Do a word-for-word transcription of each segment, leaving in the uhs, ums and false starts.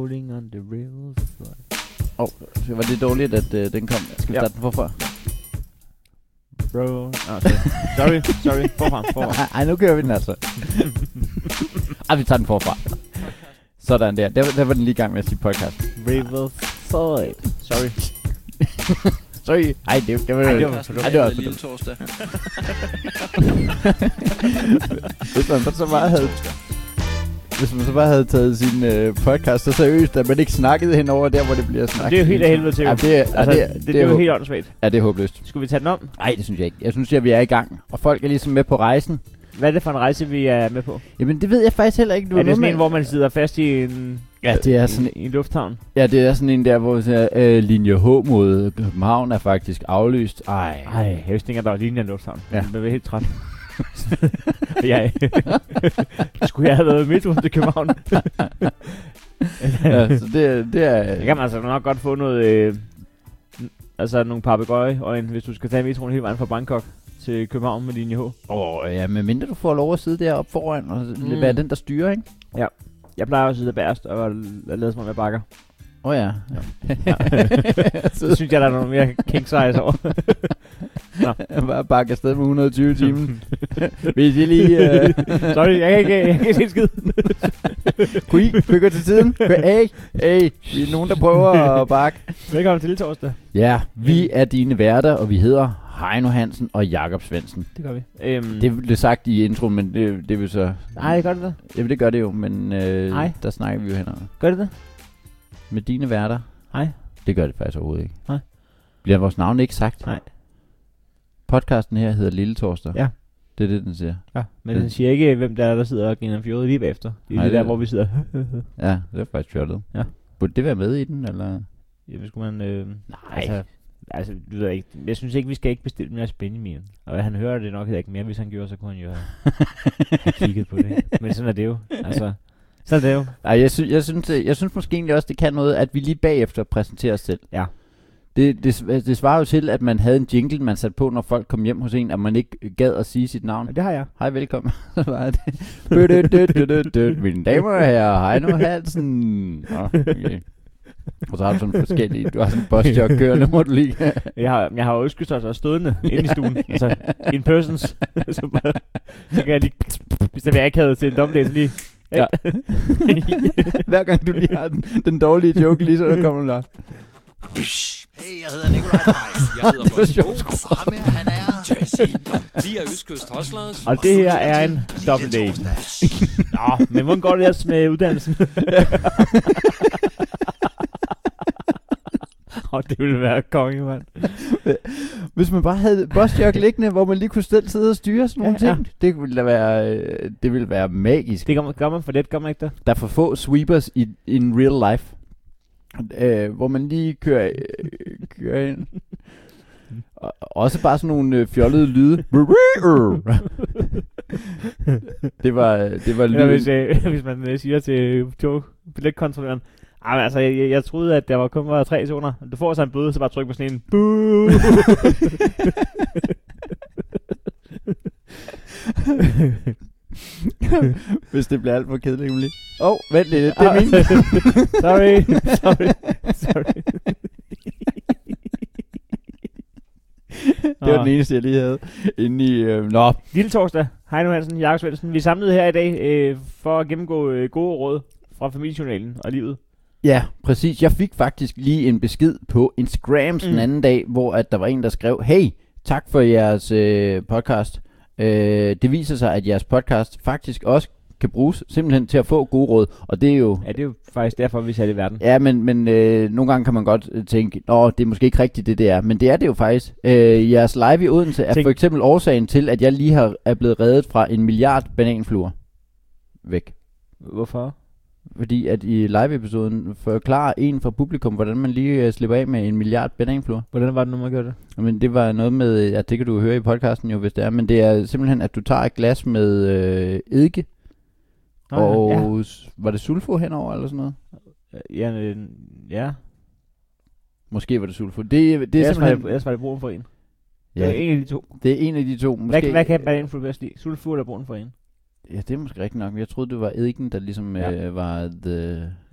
Rolling on the rails. Åh, oh, var det dårligt, at uh, den kom? Skal vi Ja. starte den forfra? Bro. Oh, sorry. sorry, sorry. Forfra, forfra. Ej, nu kører vi den altså. Ej, vi tager den forfra. Sådan der. Der, der var den lige i gang med at sige podcast. Riverside. Sorry. Sorry. Ej, det, det var... Ej, det var- Ej, det var også lille torsdag. Hvis man så bare havde... Hvis man så bare havde taget sin øh, podcast så seriøst, at man ikke snakkede henover der, hvor det bliver snakket. Det er jo helt af helvede til. Ja, det, er, Altså, det, er, det, det, det er jo helt åndssvagt. Ja, det er håbløst. Skulle vi tage den om? Nej, det synes jeg ikke. Jeg synes, at vi er i gang. Og folk er ligesom med på rejsen. Hvad er det for en rejse, vi er med på? Jamen, det ved jeg faktisk heller ikke. Du Er det sådan med- en, hvor man sidder fast i en, Ja, det er sådan i, i en lufthavn? Ja, det er sådan en der, hvor øh, øh, linje H mod København er faktisk aflyst. Ej. Ej, jeg vidste ikke, at der var linje i en lufthavn. Ja. Jeg blev helt træt. jeg, skulle jeg have været metro til København? Ja, så det, det er... Det kan man altså nok godt få noget... Øh, altså nogle papegøjeøjne, hvis du skal tage metroen hele vejen fra Bangkok til København med linje H. Åh, oh, ja, men mindre du får lov at sidde deroppe foran og mm. være den, der styrer, ikke? Ja. Jeg plejer at sidde der bærest og lade som om jeg bakker. Åh oh, ja. ja. Så synes jeg, der er noget mere king size over. Jeg bare bakke afsted med et hundrede og tyve timer. Hvis I lige... Uh... Sorry, jeg kan ikke, jeg kan ikke se skid. Kunne I, kunne I gå til tiden? Hey, hey, vi er nogen, der prøver at bakke. Velkommen til Lille Torsdag. Ja, vi er dine værter, og vi hedder Heino Hansen og Jakob Svendsen. Det gør vi. Øhm, Det blev sagt i introen, men det, det vil så... Nej, det gør det det. Jamen, det gør det jo, men øh, Hej. der snakker vi jo henover. Gør det det? Med dine værter? Nej. Det gør det faktisk overhovedet ikke. Nej. Bliver vores navn ikke sagt? Nej. Podcasten her hedder Lille Torsdag. Ja. Det er det, den siger. Ja, men den siger ikke, hvem der er, der sidder og griner fjollet lige bagefter. Det er Nej, det det- der, hvor vi sidder. Ja, det er faktisk fjollet. Ja. Burde det være med i den, eller? Ja, hvad skulle man... Øh, Nej. Altså, altså, du ved ikke. Jeg synes ikke, vi skal ikke bestille mere Benjamin. Og han hører det nok ikke mere. Hvis han gjorde, så kunne han jo have, have kigget på det. Men sådan er det jo. Altså, sådan er det jo. Ej, jeg, sy- jeg, synes, jeg synes måske egentlig også, det kan noget, at vi lige bagefter præsenterer os selv. Ja. Det, det, det svarer jo til, at man havde en jingle, man satte på, når folk kom hjem hos en, og man ikke gad at sige sit navn. Og det har jeg. Hej, velkommen. Så var det. Bødødødødødød. Mine damer og herrer, Heino Hansen. Nå, okay. Og så har du sådan forskellige, du har sådan en bossjok kørende, må du lige. Jeg har, jeg har jo ønskesøjt og stående inde i stuen. Altså, in persons. så, bare, så kan jeg lige, hvis jeg ikke havde til en dommedag, så lige... Ja. Hver gang du lige har den, den dårlige joke, lige så der kommer der. Hey, jeg hedder Nikolaj Frey. Jeg hedder Det var Bosse sjovt. Bo. Og ham her, han er Jesse. Vi er Østkyst Hustlers. Og det her er en double date. Nå, men hvordan går det ellers med uddannelsen? Åh, oh, det ville være konge, mand. Hvis man bare havde bossjok liggende, hvor man lige kunne selv sidde og styre sådan nogle Ja, ting, det ville da være, øh, det ville være magisk. Det gør man, gør man for let, gør man ikke det? Der er for få sweepers i in real life, øh, hvor man lige kører, øh, kører ind. Og, også bare sådan nogle øh, fjollede lyde. det var, det var Eller hvis, lyden. øh, hvis man øh, siger til tog billetkontrolløren, ah, men altså, jeg, jeg, jeg troede, at der var kun var tre zoner. Du får så en bøde, så bare tryk på sådan en. Boo! Hvis det bliver alt for kedeligt, Emily. Åh, oh, vent lidt, det er min. sorry, sorry, sorry. Det var den eneste, jeg lige havde inde i... Øh, nå, Lille Torsdag, Heino Hansen, Jakob Svendsen. Vi er samlet her i dag øh, for at gennemgå øh, gode råd fra familiejournalen og livet. ja, præcis. Jeg fik faktisk lige en besked på Instagram mm. den anden dag, hvor at der var en, der skrev, hey, tak for jeres øh, podcast. Øh, det viser sig, at jeres podcast faktisk også kan bruges simpelthen til at få gode råd, og det er jo... Ja, det er jo faktisk derfor, vi er sat i verden. Ja, men, men øh, nogle gange kan man godt øh, tænke, nå, det er måske ikke rigtigt det, det er, men det er det jo faktisk. Øh, jeres live i Odense er Tænk. for eksempel årsagen til, at jeg lige har, er blevet reddet fra en milliard bananfluer væk. Hvorfor? Fordi at i live-episoden forklarer en fra publikum, hvordan man lige øh, slipper af med en milliard bananfluer. Hvordan var det nu, man gjorde det? Men det var noget med, ja, det kan du høre i podcasten jo, hvis det er, men det er simpelthen, at du tager et glas med øh, eddike, Nå, og ja. s- var det sulfo henover eller sådan noget? Ja, øh, ja. Måske var det sulfo. Det, det er Ellers var simpelthen... det, ellers var det brun for en. Ja, Det er en af de to. det er en af de to. Måske, Hvad, hvad kan bananflue bedst lide? Sulfur eller brun for en? Ja, det er måske rigtigt nok. Jeg troede, det var eddiken, der ligesom Ja. øh, var the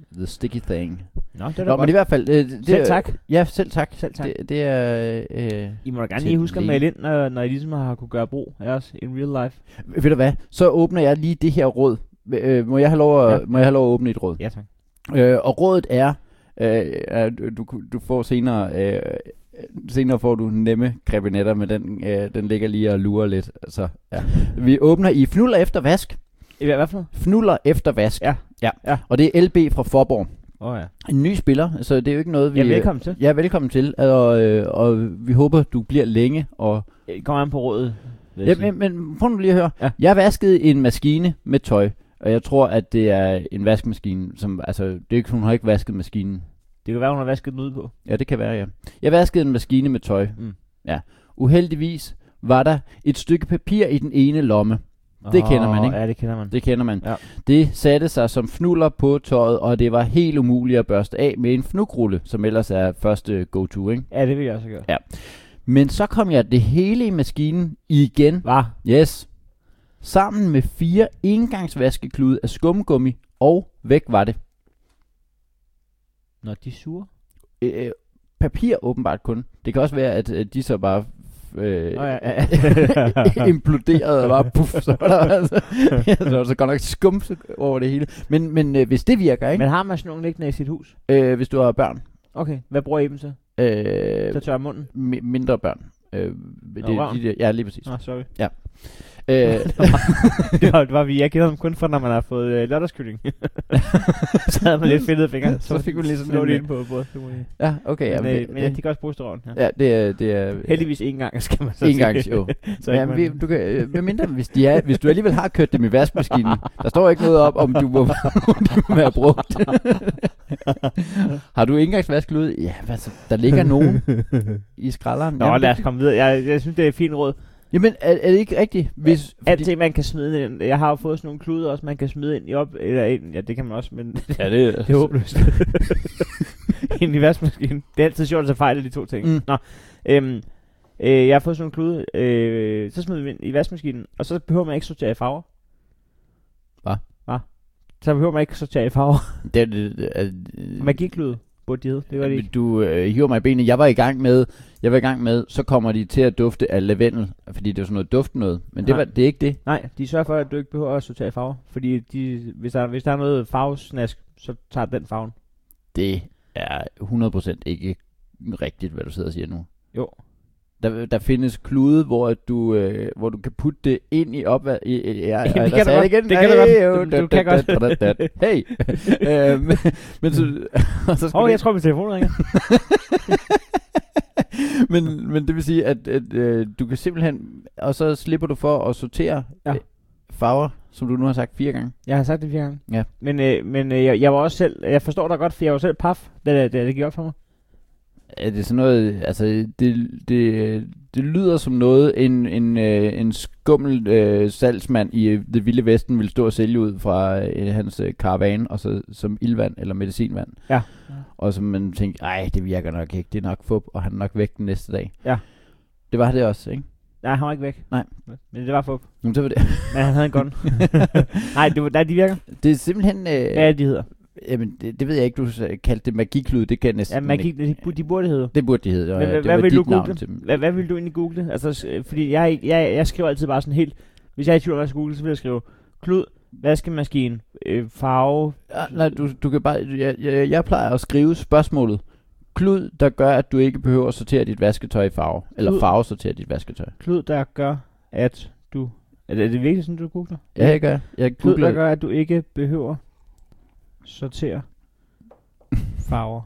the sticky thing. Nå, det er da Nå, godt. men i hvert fald... Øh, det, Selv tak. Ja, selv tak. Selv tak. Det, det er... Øh, I må da gerne til lige huske at læge. melde ind, når, når I ligesom har kunne gøre brug af os in real life. ved du hvad? Så åbner jeg lige det her råd. Øh, må, jeg have lov at, Ja. må jeg have lov at åbne et råd? Ja, tak. Øh, og rådet er... Øh, du, du får senere... Øh, senere får du nemme krebinetter, men den, øh, den ligger lige og lurer lidt. Så, ja. Vi åbner i Fnuller efter vask. I hvad for noget? Fnuller efter vask. Ja. ja. Ja. Og det er L B fra Forborg. Åh oh, ja. En ny spiller, så det er jo ikke noget, vi... Ja, velkommen til. Ja, velkommen til. Og, øh, og vi håber, du bliver længe. Og Jeg kommer an på rådet. ja, men, men prøv nu lige at høre. Ja. Jeg vaskede en maskine med tøj, og jeg tror, at det er en vaskemaskine, som... Altså, det er ikke, hun har ikke vasket maskinen. Det kan være, hun har vasket den ud på. Ja, det kan være, ja. Jeg vaskede en maskine med tøj. Mm. Ja. Uheldigvis var der et stykke papir i den ene lomme. Det kender man, ikke? Ja, det kender man. Det kender man. Ja. Det satte sig som fnuller på tøjet, og det var helt umuligt at børste af med en fnugrulle, som ellers er første go-to, ikke? Ja, det vil jeg også gøre. Ja. Men så kom jeg det hele i maskinen igen. Hvad? Yes. Sammen med fire engangsvaskeklude af skumgummi, og væk var det. Når de er sure? Øh, papir åbenbart kun. Det kan også være, at øh, de så bare øh, Nå, ja, ja, ja. imploderede og bare puff, så var der altså, ja, så var der så godt nok skum over det hele. Men, men øh, hvis det virker, ikke? Men har man sådan nogle liggende i sit hus? Øh, hvis du har børn. Okay, hvad bruger I dem til? Øh, Så tørre munden? mi- mindre børn. Øh, det, røven? de, de, ja, lige præcis. Nå, sorry. Øh, det, var, det var vi, jeg kender dem kun for, når man har fået øh, lørdagskylling. Så havde man lidt fedtede fingre. Så fik man lige sådan noget ind på bordet. ja, okay. Men, Ja, øh, men ja, de kan også bruges til røven. Ja. ja, det er... Det er Heldigvis en gang, skal man så en sige. gang, jo. Så Ja, ikke vi, man, du kan, øh, med mindre, hvis, de er, hvis du alligevel har kørt dem i vaskemaskinen, der står ikke noget op, om du må, de må være brugt. Har du engangsvaskelude? Ja, altså, der ligger nogen i skralderen. Nå, Jamen, lad os det- komme videre. Jeg, jeg synes, det er et fint råd. Jamen, er, er det ikke rigtigt? Hvis, Alt det, man kan smide ind. Jeg har jo fået sådan nogle kluder også, man kan smide ind i op, eller ind. Ja, det kan man også, men ja, det, det er håbløst. Ind i vaskemaskinen. Det er altid sjovt at tage fejl af de to ting. Mm. Nå, øhm, øh, jeg har fået sådan nogle klude. Øh, så smider vi ind i vaskemaskinen, og så behøver man ikke sortere i farver. Hvad? Hvad? Så behøver man ikke sortere i farver. det, det, det, det, Magiklude burde de hedde. Det var det ikke. Du øh, hiver mig i benene. Jeg var i gang med, jeg var i gang med, så kommer de til at dufte af lavendel, fordi det er sådan noget duft noget. Men det, Nej. var, det er ikke det. Nej, de sørger for, at du ikke behøver at sortere i farver. Fordi de, hvis, der, hvis der er noget farvesnask, så tager den farven. Det er hundrede procent ikke rigtigt, hvad du sidder og siger nu. Jo. Der, der findes klude, hvor du, øh, hvor du kan putte det ind i op. I, i, ja, Det ja, kan der du sagde godt. jeg igen. Det kan du Hey, godt. jo, Du- da, du da, kan da, godt. da, da, da. Hey. øh, men, men så, og så Åh, skulle oh, det- jeg tror, min telefon ringer. men, men det vil sige, at, at øh, du kan simpelthen, og så slipper du for at sortere Ja. øh, farver, som du nu har sagt fire gange. Jeg har sagt det fire gange. Ja. Men, øh, men øh, jeg, jeg var også selv, jeg forstår dig godt, for jeg var selv paf, da det, det, det gik op for mig. Er det sådan noget, altså det, det, det lyder som noget, en, en, øh, en skummel øh, salgsmand i øh, det vilde vesten vil stå og sælge ud fra øh, hans øh, karavan, og så som ildvand eller medicinvand. Ja. Og så man tænker, ej, det virker nok ikke, det er nok fup, og han er nok væk den næste dag. Ja. Det var det også, ikke? Nej, han var ikke væk. Nej. Men det var fup. Jamen, så var det. Men han havde en gun. Nej, det var, nej, de virker. Det er simpelthen, øh, Hvad er det, de hedder? jamen, det, det ved jeg ikke, du s- kaldte det magiklude, det kan jeg næsten Ja, magi, ikke. de, bu- de burde hedde. Det burde de hedde, og Men ja, hvad- det hvad var vil dit du navn google? til dem. Hvad, hvad vil du egentlig google? Altså, s- øh, fordi jeg, jeg, jeg skriver altid bare sådan helt, hvis jeg er i tvivl om, hvad jeg skal google, så vil jeg skrive klud, vaskemaskine, øh, farve. Ja, nej, du, du kan bare, jeg, jeg, jeg plejer at skrive spørgsmålet. Klud, der gør, at du ikke behøver at sortere dit vasketøj i farve. Eller Klud. farve sortere dit vasketøj. Klud, der gør, at du... Er det, er det virkelig sådan, du googler? Ja, jeg gør. Jeg Klud, der googler. gør, at du ikke behøver sortere farver.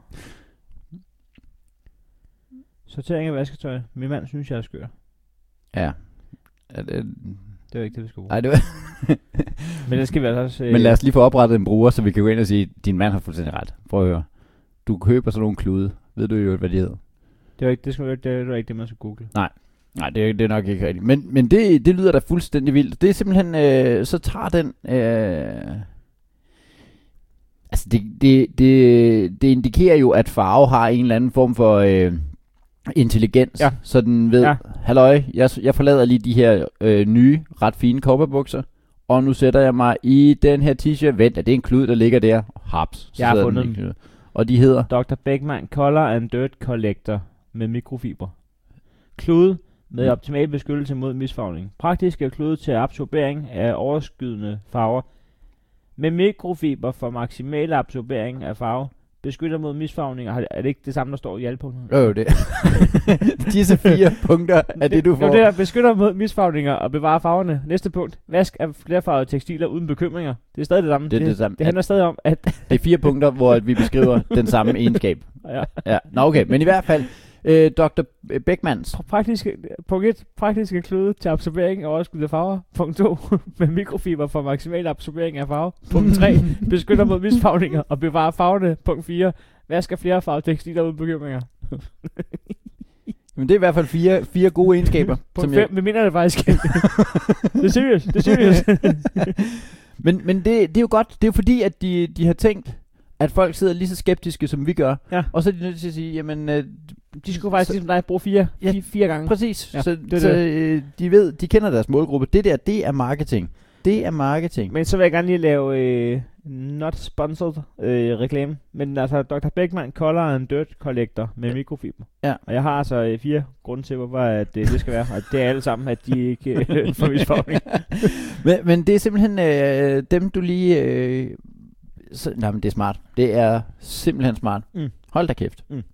Sortering af vasketøj. Min mand synes, jeg er skør. Ja. Ja, det, Det er ikke det, vi skal bruge. ej, det var. Men det skal vi altså også... Øh, Men lad os lige få oprettet en bruger, så vi kan gå ind og sige, din mand har fuldstændig ret. Prøv at høre. Du køber sådan nogle klude. Ved du jo, hvad de hedder? Det er ikke det, skal, det, er, det er ikke det, man skal google. Nej, det, er- det er nok ikke rigtigt. Men, men det, det lyder da fuldstændig vildt. Det er simpelthen, øh, så tager den... Øh, altså, det, det, det, det indikerer jo, at farve har en eller anden form for øh, intelligens. Ja. Så den ved, Ja. ja. halløj, jeg, jeg forlader lige de her øh, nye, ret fine cowboybukser. Og nu sætter jeg mig i den her t-shirt. Vent, er det en klud, der ligger der? Haps. Så Jeg har sidder den fundet lige dem. knyttet. Og de hedder? doktor Beckmann Color and Dirt Collector med mikrofiber. Klude med Mm. optimal beskyttelse mod misfarvning. Praktiske klude til absorbering af overskydende farver. Med mikrofiber for maksimal absorbering af farve. Beskytter mod misfarvning. Er det ikke det samme, der står i alle punkter? Jo, det. Disse fire punkter er det, du får. Jo, det der beskytter mod misfarvninger og bevarer farverne. Næste punkt. Vask af flerfarvede tekstiler uden bekymringer. Det er stadig det samme. Det er det samme. Det handler stadig om, at... Det er fire punkter, hvor vi beskriver den samme egenskab. ja. Ja. Nå, okay. Men i hvert fald, øh, doktor Beckmanns. Praktiske, punkt et. Praktiske klude til absorbering af overskydende farver. Punkt to. Med mikrofiber for maksimal absorbering af farve. Punkt tre. Beskytter mod misfarvninger og bevarer farverne. Punkt fire. Vask af flerfarvede tekstiler uden bekymringer. Men det er i hvert fald fire, fire gode egenskaber. Punkt fem. Vi mener det faktisk. det er seriøst. Det er seriøst. men men det, det er jo godt. Det er jo fordi, at de, de har tænkt, at folk sidder lige så skeptiske, som vi gør. Ja. Og så er de nødt til at sige, jamen... Øh, de skulle faktisk ligesom dig bruge fire, ja, fire, fire gange. Præcis. Ja, så det så det. Øh, de ved, de kender deres målgruppe. Det der, det er marketing. Det er marketing. Men så vil jeg gerne lige lave øh, not sponsored øh, reklame. Men altså doktor Beckmann Color and Dirt Collector med ja. mikrofiber. Ja. Og jeg har altså øh, fire grunde til, hvorfor at, øh, det skal være. Og det er alle sammen, at de ikke øh, får misfarvning. men, men det er simpelthen øh, dem, du lige... Øh, så, nej, men det er smart. Det er simpelthen smart. Mm. Hold da kæft. Mm.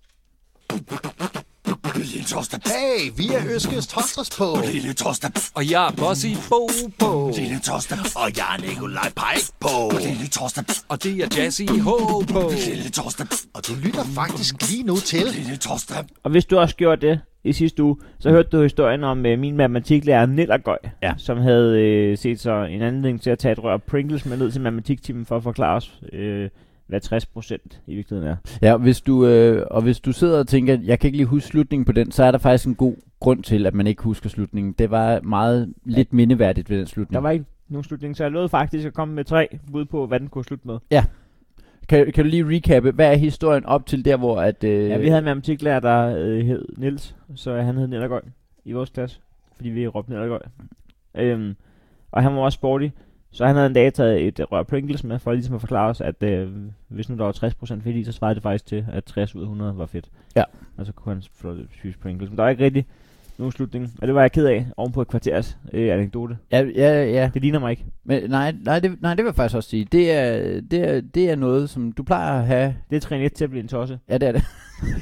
Lille torsdag. Hey, vi er Øskes Tosters på. Lille torsdag. Og jeg er Bossy Bo på. Lille torsdag. Og jeg er Nikolaj Pike på. Lille torsdag. Og det er Jazzy H på. Lille torsdag. Og du lytter faktisk lige nu til Lille torsdag. Og hvis du også gjorde det i sidste uge, så hørte du historien om øh, min matematiklærer Nillergøj, ja. som havde øh, set så en anledning til at tage et rør Pringles med ned til matematiktimen for at forklare os, øh, hvad tres procent i virkeligheden er. Ja, hvis du, øh, og hvis du sidder og tænker, jeg kan ikke lige huske slutningen på den, så er der faktisk en god grund til, at man ikke husker slutningen. Det var meget lidt mindeværdigt ved den slutning. Der var ikke nogen slutning, så jeg lovede faktisk at komme med tre bud på, hvad den kunne slutte med. Ja. Kan, kan du lige recappe, hvad er historien op til der, hvor at... Øh... Ja, vi havde en matematiklærer, der øh, hed Niels, så han hed Nillergøj i vores klasse, fordi vi råbte Nillergøj. Øhm, og han var også sporty, så han havde en dag taget et rør Pringles med, for ligesom at forklare os, at øh, hvis nu der var tres procent fedt i, så svarede det faktisk til, at tres ud af hundrede var fedt. Ja. Og så kunne han få spise Pringles. Men der var ikke rigtig nogen slutning, og det var jeg ked af, oven på et kvarters øh, anekdote. Ja, ja, ja. Det ligner mig ikke. Men nej, nej, det, nej, det vil jeg faktisk også sige. Det er, det er, det er noget, som du plejer at have. Det er trin et til at blive en tosse. Ja, det er det.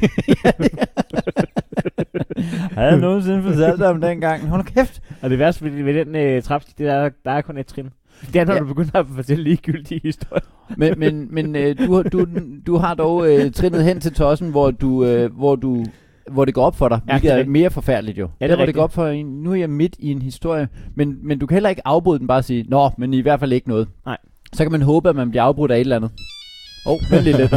Har jeg nogensinde fortalt dig om den gang? Hold nu kæft. Og det værste ved, ved den øh, trapstik, det er, der er kun et trin. Det er, når ja. du begynder at fortælle ligegyldige historier. men men, men øh, du, du, du har dog øh, trinnet hen til tossen, hvor du, øh, hvor du hvor det går op for dig, ja, hvilket det er mere forfærdeligt jo. Ja, det der, er hvor det går op for en, nu er jeg midt i en historie, men, men du kan heller ikke afbryde den bare og sige, nå, men i hvert fald ikke noget. Nej. Så kan man håbe, at man bliver afbrudt af et eller andet. Åh, oh, vent lige lidt.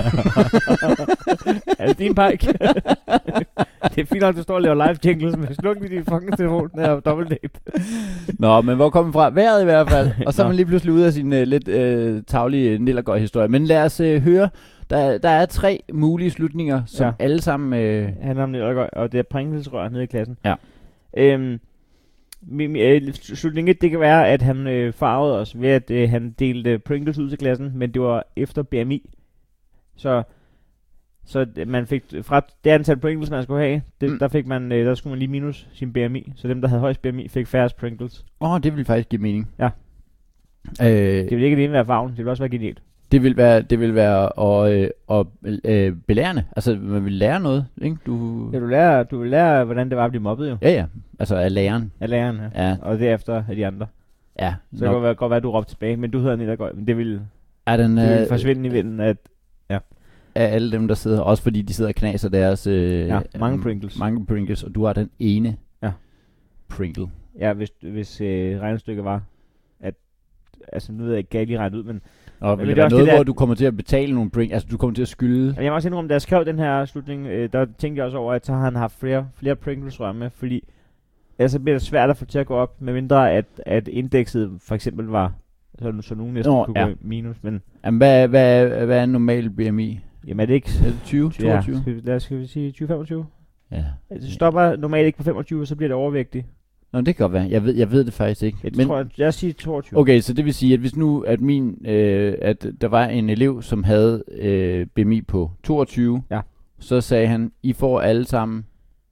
Er det din Pike? Det er fint nok, at du står og laver live jingles, men sluk lige din fucking telefon, der er dobbeltdate. Nå, men hvor kommer vi fra? Vejret i hvert fald. Og så er man lige pludselig ude af sin uh, lidt uh, taglige Nillergøj-historie. Men lad os uh, høre. Der, der er tre mulige slutninger, som ja. alle sammen... Uh... handler om Nillergøj, og det er Pringles-rør nede i klassen. Ja. Øhm, min, øh, slutning et, det kan være, at han øh, farvede os ved, at øh, han delte Pringles ud til klassen, men det var efter B M I. Så... Så man fik fra det antal Pringles, man skulle have, det, mm. der fik man, øh, der skulle man lige minus sin B M I. Så dem, der havde højst B M I, fik færrest Pringles. Åh, oh, det ville faktisk give mening. Ja. Øh, det ville ikke alene være farven, det ville også være genialt. Det vil være, det vil være og, øh, og øh, belærende. Altså, man vil lære noget, ikke? Du... Ja, du lærer, du vil lære, hvordan det var at blive mobbet jo. Ja, ja. Altså af læreren. Af læreren, ja. ja. Og derefter af de andre. Ja. Så det kan godt, godt være, at du råbte tilbage, men du hedder Nillergøj, men det ville, er den, det ville øh, forsvinde i vinden, at... Ja. Af alle dem, der sidder, også fordi de sidder og knaser deres... Øh, ja, mange Pringles. Mange Pringles, og du har den ene ja. Pringle. Ja, hvis, hvis øh, regnestykket var, at... Altså, nu ved jeg ikke, kan jeg lige regne ud, men... Og vil det være noget, der, hvor du kommer til at betale nogle Pringles, altså du kommer til at skylde... Jeg må også indrømme, da jeg skrev den her slutning, øh, der tænkte jeg også over, at så har han haft flere, flere Pringles-rør med, fordi ellers bliver det svært at få til at gå op, medmindre at, at indekset for eksempel var, så, så nogen næsten Nå, kunne ja. gå minus, men... Jamen, hvad, hvad, hvad er en normal B M I? Jamen er det ikke... Er det tyve, toogtyve? Ja, skal vi, lad os skal vi sige tyve femogtyve? Ja. Det stopper normalt ikke på femogtyve, så bliver det overvægtigt. Nå, det kan godt være. Jeg ved, jeg ved det faktisk ikke. Jeg tror, jeg, jeg siger toogtyve. Okay, så det vil sige, at hvis nu, at min, øh, at der var en elev, som havde øh, B M I på toogtyve, ja. så sagde han, I får alle sammen.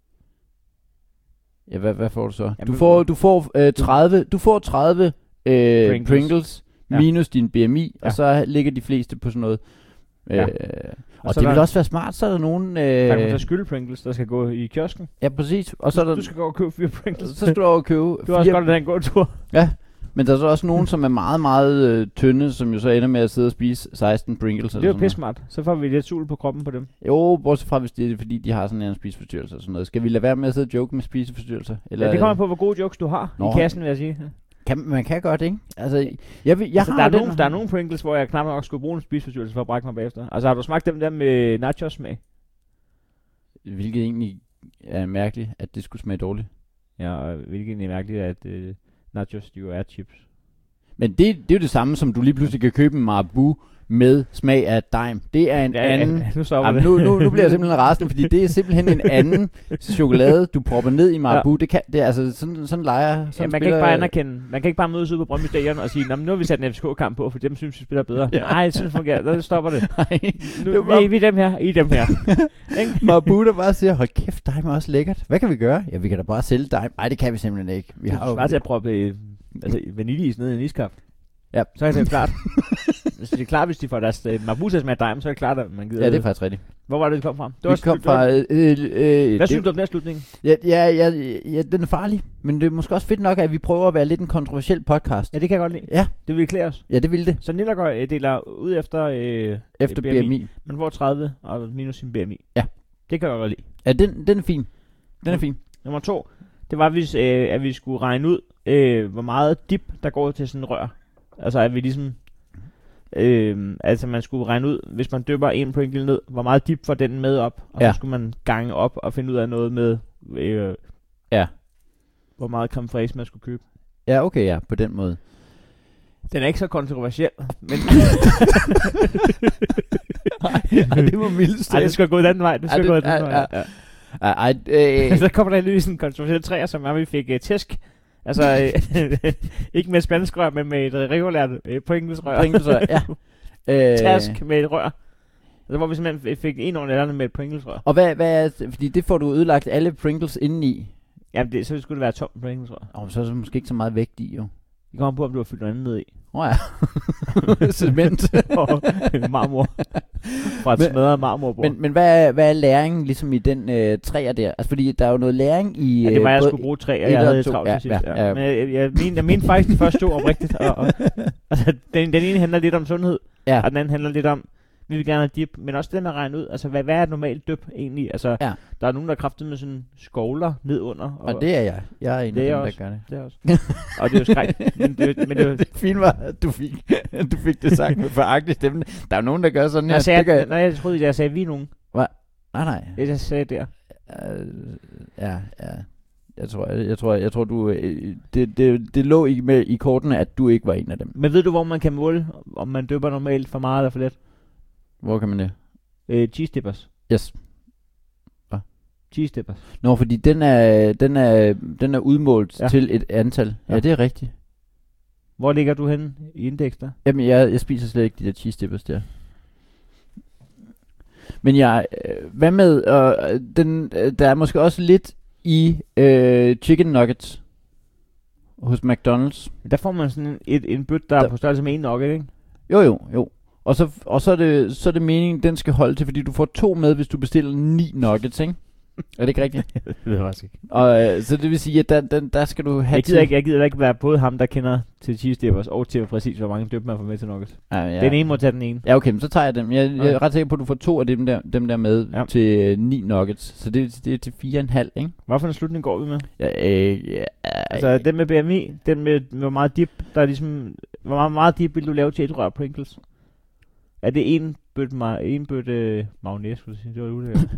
Ja, hvad, hvad får du så? Jamen, du får, du får øh, tredive, du får tredive øh, Pringles, Pringles ja. minus din B M I, ja. og så ligger de fleste på sådan noget. Ja. Øh, og, og det vil også være smart, så er der nogen... Øh, der kan man tage skylde Pringles, der skal gå i kiosken. Ja, præcis. Og så du, er der, du skal gå og købe fire Pringles. Så skal du over og købe Du har også godt at have en god tur. Ja, men der er så også nogen, som er meget, meget øh, tynde, som jo så ender med at sidde og spise seksten Pringles. Det er jo pissmart. Så får vi lidt sul på kroppen på dem. Jo, bortset fra, hvis det er fordi, de har sådan en spiseforstyrrelse og sådan noget. Skal vi lade være med at sidde og joke med spiseforstyrrelser? Eller, ja, det kommer på, hvor gode jokes du har Nå. i kassen, vil jeg sige. Kan, man kan godt, ikke? Altså, jeg, vil, jeg altså, har der, er den, nogle, der er nogle Pringles, hvor jeg knap nok skulle bruge en spiseforstyrrelse for at brække mig bagefter. Altså, har du smagt dem der med nachos smag? Hvilket egentlig er mærkeligt, at det skulle smage dårligt. Ja, og hvilket egentlig er mærkeligt, at øh, nachos jo er chips. Men det, det er jo det samme, som du lige pludselig kan købe en Marabu med smag af dime. Det er en ja, anden... Ja, nu, jamen, det. Nu, nu, nu bliver jeg simpelthen rasende, fordi det er simpelthen en anden chokolade, du propper ned i Marabu. Ja. Det kan, det er altså sådan, sådan leger... Sådan ja, man kan ikke bare anerkende... Man kan ikke bare mødes ud på Brøndby Stadion og sige, nu har vi sat en F C K-kamp på, for dem synes vi spiller bedre. Nej, ja. sådan fungerer det. Så stopper det. Nu, det bare... vi er dem her, I dem her. Marabu, der bare siger, hold kæft, dime er også lækkert. Hvad kan vi gøre? Ja, vi kan da bare sælge dime. Nej, det kan vi simpelthen ikke. Vi har jo bare til at proppe øh, altså, vaniljeis ned i en iskap. Ja. Så er det jo klart. Hvis det er klart, hvis de får deres uh, Marabu med dime, så er det klart, at man gider. Ja, det er faktisk rigtigt. Hvor var det, det kom fra? Det var vi kom fra... Øh, øh, Hvad synes du om den her slutning? Ja, ja, ja, ja, den er farlig. Men det er måske også fedt nok, at vi prøver at være lidt en kontroversiel podcast. Ja, det kan jeg godt lide. Ja. Det vil klæde os. Ja, det vil det. Så Niedergaard øh, deler ud efter... Øh, efter B M I. B M I. Man får tredive og minus sin B M I. Ja. Det kan jeg godt lide. Ja, den, den er fin. Den er fin. Nummer to. Det var, hvis, øh, at vi skulle regne ud, øh, hvor meget dip, der går til sådan en rør. Altså, at vi ligesom... Øh, altså man skulle regne ud, hvis man dypper en Pringle ned, hvor meget dip får den med op, og ja. Så skulle man gange op og finde ud af noget med, øh, ja. hvor meget creme fraiche man skulle købe. Ja, okay, ja, på den måde. Den er ikke så kontroversiel, men... Ej, det var mildest. Ej, det skal gå den vej, det skal gå den vej. Ja. Ej, øh. Så kommer der lige sådan en kontroversiel træer, som er, vi fik uh, tæsk. Altså, ikke med spansk rør, men med et regulært uh, pointlesrør. Pointlesrør, ja. Task med et rør. Altså, hvor vi simpelthen fik en over nælderne med et Pringles-rør. Og hvad, hvad er, fordi det får du ødelagt alle Pringles indeni. Jamen, det, så skulle det være tom Pringles-rør. Og så er der måske ikke så meget vægt i, jo. Det kommer på, om du har fyldt noget andet ned i. Åh oh, ja. Cement. Og marmor. Fra et smadret marmorbord. Men, men hvad, er, hvad er læringen ligesom i den øh, træer der? Altså, fordi der er jo noget læring i... Ja, det var, jeg skulle bruge træer, jeg havde travlt ja, til sidst. Ja, ja. Ja. Men jeg, jeg, mener, jeg mener faktisk de første to oprigtigt. Og, og, altså, den, den ene handler lidt om sundhed, ja. Og den anden handler lidt om, vi vil gerne have dip, men også det med at regne ud, altså hvad, hvad er et normalt dyp egentlig? Altså, ja. Der er nogen, der er kraftet med sådan skovler ned under. Og, og det er jeg. Jeg er en af dem, også, der gør det. Det er også. Og det er jo skræk. Men det, men det, det fint var, at du fik, du fik det sagt med foragt i stemmen. Der er jo nogen, der gør sådan her. Jeg sagde, jeg, nej, jeg troede, at jeg sagde, vi er nogen. Hvad? Nej, nej. Det jeg sagde der. Uh, ja, ja. Jeg tror, jeg, jeg tror, jeg tror du det, det, det lå ikke med i kortene, at du ikke var en af dem. Men ved du, hvor man kan måle, om man dypper normalt for meget eller for lidt? Hvor kan man det? Øh, cheese dippers. Yes. Hvad? Cheese dippers. Nå, fordi den er, den er, den er udmålt ja. Til et antal. Ja. Ja, det er rigtigt. Hvor ligger du henne i indeks der? Jamen, jeg, jeg spiser slet ikke de der cheese dippers der. Men jeg, øh, hvad med, øh, den, øh, der er måske også lidt i øh, chicken nuggets hos McDonald's. Der får man sådan en, et, en bøt, der, der er på størrelse med en nugget, ikke? Jo, jo, jo. Og så, og så er det, så er det meningen, den skal holde til, fordi du får to med, hvis du bestiller ni nuggets, ikke? Er det ikke rigtigt? Det ved jeg faktisk ikke. Og, øh, så det vil sige, at der, der, der skal du have jeg gider, ikke, jeg gider ikke være både ham, der kender til cheese dippers, og til præcis, hvor mange dyb man får med til nuggets. Ja, ja. Den ene må tage den ene. Ja, okay, men så tager jeg dem. Jeg, okay. jeg er ret sikker på, at du får to af dem der, dem der med ja. Til øh, ni nuggets. Så det, det er til fire og en halv, ikke? Hvad for en slutning går vi med? Ja, øh, ja, altså, den med B M I, den med, med hvor meget dip, der er ligesom... Hvor meget, meget dip vil du lave til et rør Pringles? Er det en bøtte ma- en bøtte mayonnaise, skulle jeg sige? Det var jo det.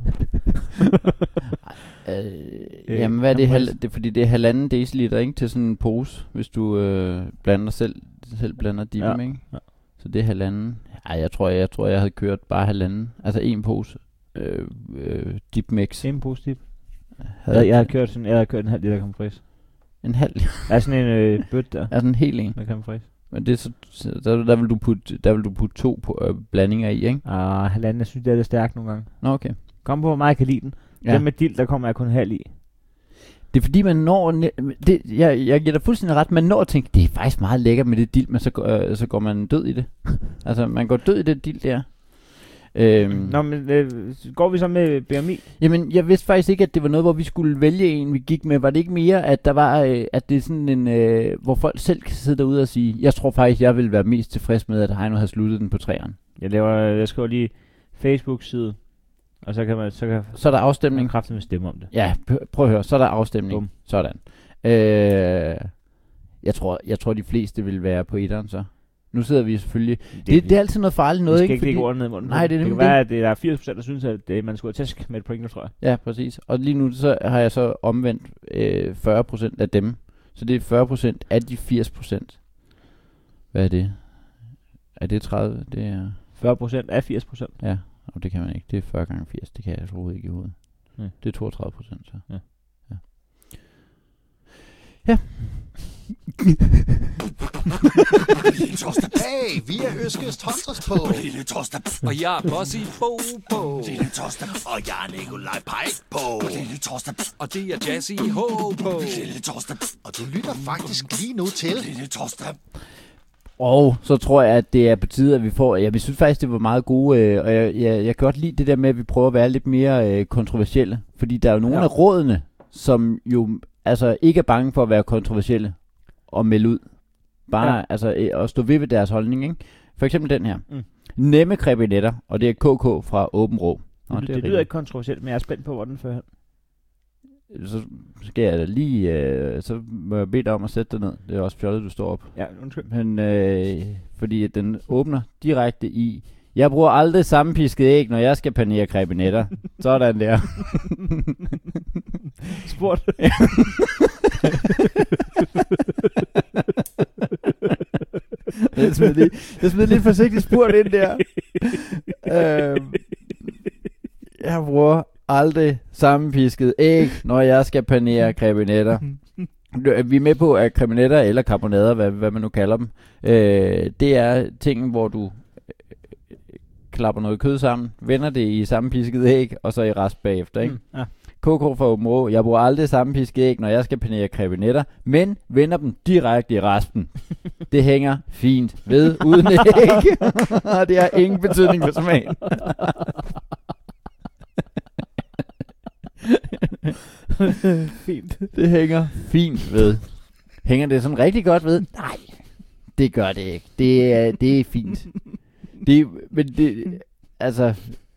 øh, jamen, hvad er det? Hal- det er, fordi det er halvanden deciliter, ikke? Til sådan en pose, hvis du øh, blander selv, selv blander dippen, ja. Ikke? Ja. Så det er halvanden. Ej, jeg tror, jeg, jeg tror, jeg havde kørt bare halvanden. Altså en pose øh, øh, dip mix. En pose dip? Havde jeg, jeg havde kørt sådan, jeg havde kørt en halv liter creme fraiche. En halv. Der er sådan en øh, bøt der, Er sådan en hel en. med creme fraiche. Men det er så, så der, der, vil du putte, der vil du putte to på, øh, blandinger i, ikke? Ah, halvanden, jeg synes, det er lidt stærkt nogle gange. Nå, okay. Kom på, hvor meget jeg kan lide den. Ja. Den med dild, der kommer jeg kun halv i. Det er fordi, man når... Det, jeg, jeg giver dig fuldstændig ret. Man når at tænke, det er faktisk meget lækkert med det dild, men så, øh, så går man død i det. Altså, man går død i det dild der. Øhm, Nå, men øh, går vi så med B M I? Jamen, jeg vidste faktisk ikke, at det var noget, hvor vi skulle vælge en, vi gik med. Var det ikke mere, at der var, øh, at det er sådan en, øh, hvor folk selv kan sidde derude og sige, jeg tror faktisk, jeg vil være mest tilfreds med, at Heino har sluttet den på træeren. Jeg laver, jeg skriver lige Facebook-side, og så kan man, så kan Så er der man afstemning. kraftigt med stemme om det. Ja, p- prøv at høre, så er der afstemning. Bum. Sådan. Øh, jeg tror, jeg tror, de fleste vil være på etteren, så. Nu sidder vi selvfølgelig... Det, det, det er altid noget farligt noget, vi skal ikke? ikke lægge ordene ned i munden. Nej, det er det kan nemlig være, at det er firs procent, der synes, at det, man skulle have tæsk med et point, tror jeg. Ja, præcis. Og lige nu så har jeg så omvendt øh, fyrre procent af dem. Så det er fyrre procent af de firs procent. Hvad er det? Er det tredive? Det er... fyrre procent af firs procent. Ja, og det kan man ikke. Det er fyrre gange firs. Det kan jeg overhovedet ikke i hovedet. Nej. Det er toogtredive procent, så. Ja. Ja. Ja. Lille torsdag. Hey, vi er Øskes Torsdags på. Lille torsdag. Og jeg er Bossy Bo på. Lille torsdag. Og jeg er Nikolaj Pike på. Lille torsdag. Og det er Jazzy H på. Lille torsdag. Og du lytter faktisk lige nu til. Lille torsdag. Og så tror jeg, at det er på tide, at vi får... Ja, vi synes faktisk, det var meget gode, øh, og jeg, jeg, jeg kan godt lide det der med, at vi prøver at være lidt mere øh, kontroversielle. Fordi der er jo nogle Ja. af rådene, som jo altså ikke er bange for at være kontroversielle og melde ud. Bare Ja. altså øh, at stå ved ved deres holdning, ikke? For eksempel den her. Mm. Nemme krebinetter, og det er K K fra Åben Rå. Nå, Det, det, det lyder ikke kontroversielt, men jeg er spændt på, hvor den fører hen. Så skal jeg da lige... Øh, så må jeg bede dig om at sætte dig ned. Det er også fjollet, du står op. Ja, undskyld. Men øh, fordi at den åbner direkte i... Jeg bruger aldrig sammenpisket æg, når jeg skal panere krebinetter. Sådan der. Spurgt. Jeg smed lige, jeg smed lidt forsigtigt spurgt ind der. øh, jeg bruger aldrig sammenpisket æg, når jeg skal panere krebinetter. Vi er med på, at krebinetter eller karbonader, hvad, hvad man nu kalder dem, øh, det er ting, hvor du øh, klapper noget kød sammen, vender det i sammenpisket æg, og så i rasp bagefter, ikke? Mm, ja. K K fra Åben Rå, jeg bruger aldrig sammenpisket æg, når jeg skal panere krebinetter, men vender dem direkte i raspen. Det hænger fint ved uden æg. Det har ingen betydning for smagen. Fint. Det hænger fint ved. Hænger det sådan rigtig godt ved? Nej, det gør det ikke. Det er, det er fint. Det, men det, altså...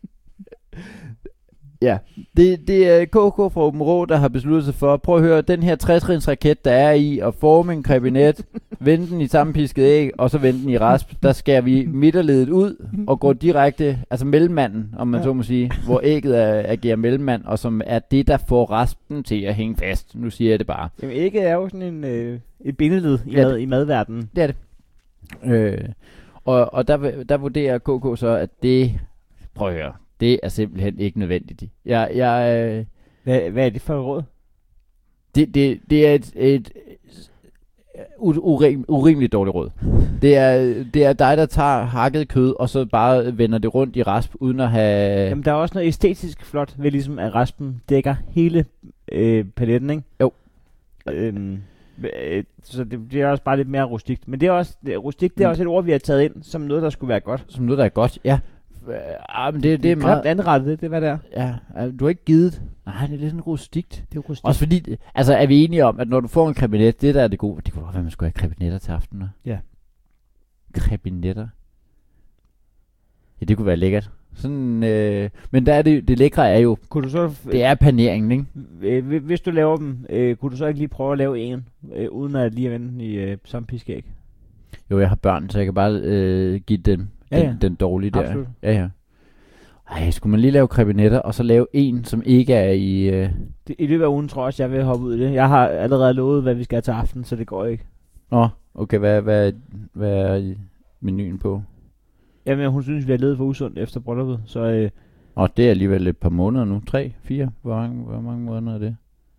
Ja, det, det er K K fra Åben Rå, der har besluttet sig for, prøv at høre, den her tres-trins raket, der er i at forme en krebinet, vende den i sammenpisket æg, og så vende den i rasp, der skærer vi midterledet ud, og går direkte, altså mellemmanden, om man ja. så må sige, hvor ægget er, agerer mellemmand, og som er det, der får raspen til at hænge fast. Nu siger jeg det bare. Jamen, ægget er jo sådan en, øh, et bindeled i, Ja, mad, i madverdenen. Det er det. Øh, og og der, der vurderer K K så, at det, prøv at høre, det er simpelthen ikke nødvendigt. Jeg, jeg, øh, Hvad, hvad er det for et råd? det, det, det er et, et urim, urimeligt dårligt råd. Det er, det er dig, der tager hakket kød, og så bare vender det rundt i rasp, uden at have... Jamen, der er også noget æstetisk flot ved ligesom, at raspen dækker hele øh, paletten, ikke? Jo. Øhm, øh, så det, det er også bare lidt mere rustikt. Men det er også, det, rustikt, det er Mm. også et ord, vi har taget ind, som noget, der skulle være godt. Som noget, der er godt, ja. Ah, men det, det er meget... anrettet, det, det er hvad det er. Ja, du har ikke givet... Nej, det er lidt sådan rustikt. Det er jo rustikt. Også fordi, altså er vi enige om, at når du får en krebinet, det der er det gode. Det kunne godt være, at man skulle have krebinetter til aften. Ja. Krebinetter. Ja, det kunne være lækkert. Sådan, øh, men der er det, det lækre er jo, Kunne du så, det er paneringen, ikke? øh, hvi- hvis du laver dem, øh, kunne du så ikke lige prøve at lave en, øh, uden at lige at vende den i øh, samme piskæg? Jo, jeg har børn, så jeg kan bare øh, give dem Ja, den, ja. den dårlige der. Absolut. Ja, ja. Ej, skulle man lige lave krebinetter, og så lave en, som ikke er i... Øh... Det, I løbet af ugen tror jeg også, jeg vil hoppe ud i det. Jeg har allerede lovet, hvad vi skal have til aften, så det går ikke. Nå, okay, hvad, hvad, hvad er i menuen på? Jamen, hun synes, vi har levet for usundt efter brylluppet, så øh, Og det er alligevel et par måneder nu. Tre, fire? Hvor mange, hvor mange måneder er det?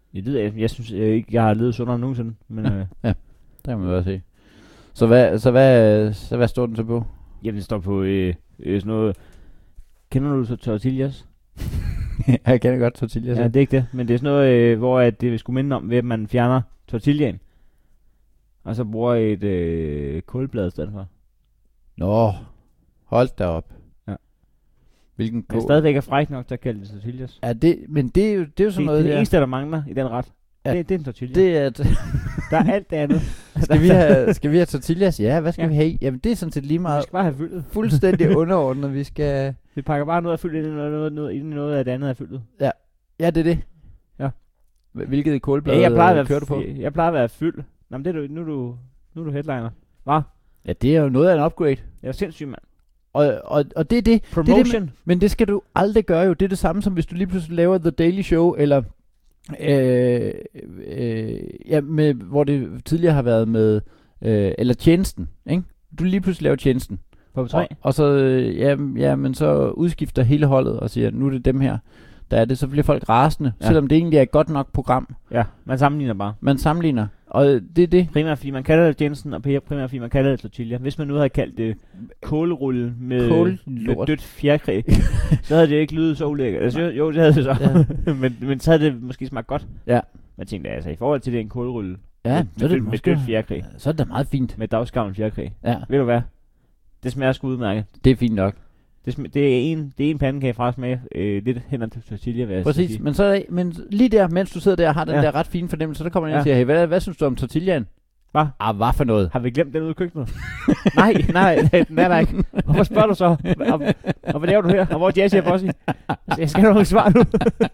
Jeg ved jeg, jeg synes jeg ikke, jeg har levet sundere nogensinde. Men, Ja. øh, Der kan man bare se. Så hvad, så hvad, så hvad står den så på? jamen, det står på øh, øh, sådan noget... Kender du så tortillas? Jeg kender godt tortillas. Ja, det er ikke det. Men det er sådan noget, øh, hvor at det skulle minde om, ved at man fjerner tortillaen. Og så bruger et øh, kålblad i stedet for. Nå, hold da op. Ja. Hvilken Men kål? stadigvæk er fræk nok til at kalde det tortillas. Er det, men det er jo, det er jo sådan Det, noget det er det der. eneste, der mangler i den ret. Ja. Det, det er en tortilla. Det er, at, Der er alt det andet. skal, vi have, skal vi have tortillas? Ja, hvad skal Ja. vi have? Jamen det er sådan set lige Vi meget skal bare have fyldet. fuldstændig underordnet. Vi skal... Vi pakker bare noget af fyldet ind i noget, noget, noget, ind i noget af det andet af fyldet. Ja, det er det. Ja. Hvilket kålblad Ja, jeg plejer øh, at kører være, du på? f- jeg plejer at være fyld. Nå, men det er du, nu, er du, nu er du headliner. Hva? Ja, det er jo noget af en upgrade. Jeg er sindssyg, mand. Og, og, og det er det. Promotion. Det er det, men det skal du aldrig gøre jo. Det er det samme som hvis du lige pludselig laver The Daily Show, eller øh, øh, ja, med, hvor det tidligere har været med, øh, eller Tjenesten, ikke? Du lige pludselig laver Tjenesten. På tre. Og, og så, øh, ja, ja, men så udskifter hele holdet og siger, nu er det dem her, der er det. Så bliver folk rasende, Ja. ja. selvom det egentlig er et godt nok program. Ja, man sammenligner bare. Man sammenligner, og det er det. Primært fordi man kalder det Jensen, og primært fordi man kalder det tortilla. Hvis man nu havde kaldt det kålrulle med, med Kållort. dødt fjerkræ, så havde det ikke lydet så ulækkert. Altså, jo, jo, det havde det så. Ja. men, men så havde det måske smagt godt. Ja. Man tænkte, altså i forhold til det er en kålrulle Ja, med, så med, er det dødt, med måske, dødt fjerkræ. så er det da meget fint. Med dagsgavn fjerkræ. Ja, Ved du hvad? Det smager sgu udmærket. det er fint nok. Det, sm- det er en, det er en pandekage fra smag øh, lidt hen til tortilla, vil jeg så Præcis, sige. men, så, men lige der, mens du sidder der og har den Ja. der ret fine fornemmelse, så der kommer ind Ja. og siger, hey, hvad, hvad synes du om tortillaen? Hvad? Ah, hvad for noget? Har vi glemt den ude i køkkenet? nej, nej, den er der ikke. Hvorfor spørger du så? Og, og hvad laver du her? Og hvor er Jazzy og Bossy? Jeg skal nok ikke svare nu.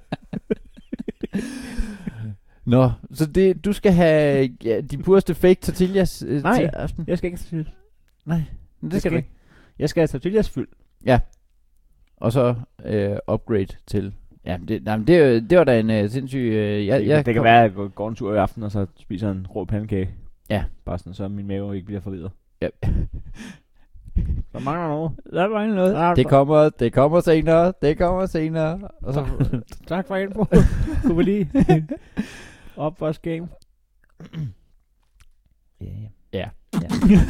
Nå, så det, du skal have ja, de pureste fake tortillas øh, Nej. til aften? Jeg skal ikke til. Nej, det Jeg skal du ikke. Jeg skal have tortillas fyld. Og så øh, upgrade til... Ja, det, nej, men det, er jo- det var da en øh, sindssyg... Øh, jeg, det, jeg det kan kom- være, at jeg går, går en tur i aften, og så spiser en rå pandekage. Ja. Bare sådan, så min mave ikke bliver forvirret. Ja. Der mangler noget. Der mangler noget. Ja, Det kommer, det kommer senere, det kommer senere. Og så, Tak for info. Kunne vi lige opvask game. ja, ja. ja.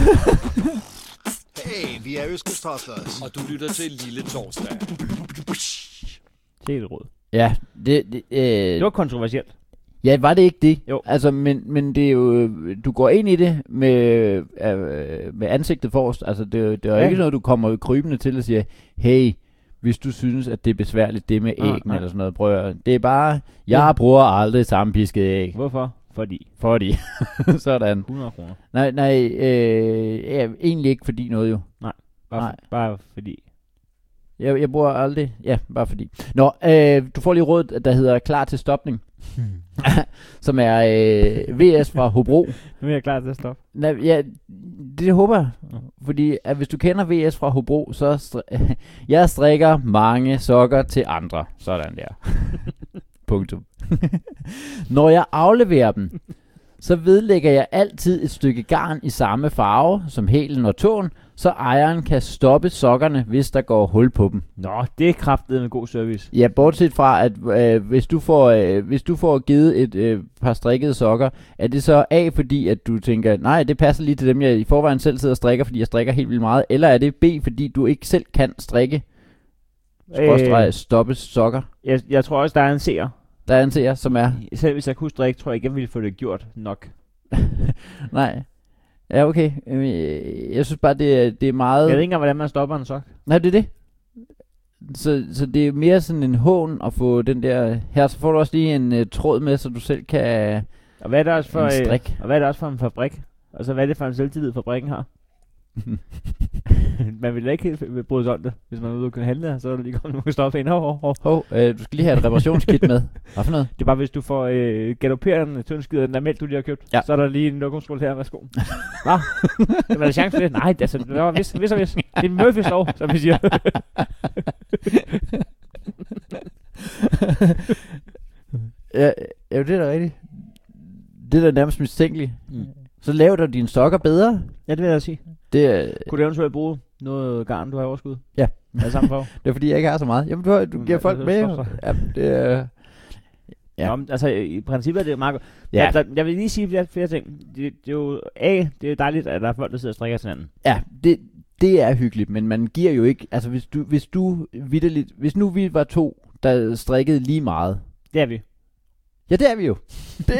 Hey, vi er Øskestoflers. Og du lytter til Lille Torsdag. Det er et råd. Ja, det, det, øh, Det var kontroversielt. ja, var det ikke det? Jo. Altså, men, men det er jo, du går ind i det med, øh, med ansigtet forrest. Altså, det, er jo- det er jo Ja. ikke noget, du kommer krybende til og siger, hey, hvis du synes, at det er besværligt, det med Nej, æggene nej. eller sådan noget, prøv at, det er bare, jeg Ja. bruger aldrig sammenpisket æg. Hvorfor? Fordi Fordi, sådan. hundrede kroner. Nej, nej, øh, ja, egentlig ikke fordi noget jo. Bare, Nej. bare fordi. Jeg, jeg bruger aldrig, ja, bare fordi. Nå, øh, du får lige råd, der hedder Klar til Stopning, som er øh, V S fra Hobro. Nu er jeg klar til at stoppe. Nej, ja, det håber jeg. Ja. Fordi at hvis du kender V S fra Hobro, så stri- jeg strikker mange sokker til andre. Sådan der. Punktum. Når jeg afleverer dem, så vedlægger jeg altid et stykke garn i samme farve som hælen og tåen, så ejeren kan stoppe sokkerne, hvis der går hul på dem. Nå, det er kraftet med god service. Ja, bortset fra, at øh, hvis, du får, øh, hvis du får givet et øh, par strikkede sokker, er det så A, fordi at du tænker, nej, det passer lige til dem, jeg i forvejen selv sidder og strikker, fordi jeg strikker helt vildt meget, eller er det B, fordi du ikke selv kan strikke, skråstreg, stoppe sokker? Jeg, jeg tror også, der er en seer. Der anser jeg, som er, Selv hvis jeg kunne strikke, tror jeg ikke, jeg ville få det gjort nok. nej, ja okay, øh, jeg synes bare, det er, det er meget, Jeg ved ikke engang, hvordan man stopper en sok. nej, det er det. Så, så det er mere sådan en hån at få den der, her så får du også lige en uh, tråd med, så du selv kan, Og hvad er det også for, en øh, strik. og hvad er det også for en fabrik? Og så hvad er det for en selvtillid, fabrikken har? Man vil da ikke helt bryde sig om det. Hvis man er ude og kan handle, så er der lige kommet nogle stoffer ind. Hov, hov, hov. Hov, øh, du skal lige have et reparationskit med. Hvad for noget? Det er bare, hvis du får øh, galopperende tyndskid af den der mælk, du lige har købt, Ja. så er der lige en lokumsrulle her. Værsgo. Hvad? Er der chance for det? Nej, altså, det var vis, vis og vis. Det er en Murphys lov, som vi siger. Ja, ja, det er da rigtigt. Det er da nærmest mistænkeligt. Mm. Så laver du dine sokker bedre. Ja, det vil jeg sige. Det er, Kunne du eventuelt bruge noget garn, du har i overskud? Ja. Er det samme farve? det er fordi, jeg ikke har så meget. Jamen, du, har- du Mm, giver ja, folk det med. er jo. så- Ja, det er, Ja. Nå, men, altså, i princippet er det jo meget godt. Ja. Ja. Der, jeg vil lige sige flere, flere ting. Det, det er jo, A, det er dejligt, at der er folk, der sidder og strikker til hinanden. Ja, det, det er hyggeligt, men man giver jo ikke, altså hvis du, hvis du vitterligt, hvis nu vi var to, der strikkede lige meget. Det er vi. Ja, det er vi jo. Det.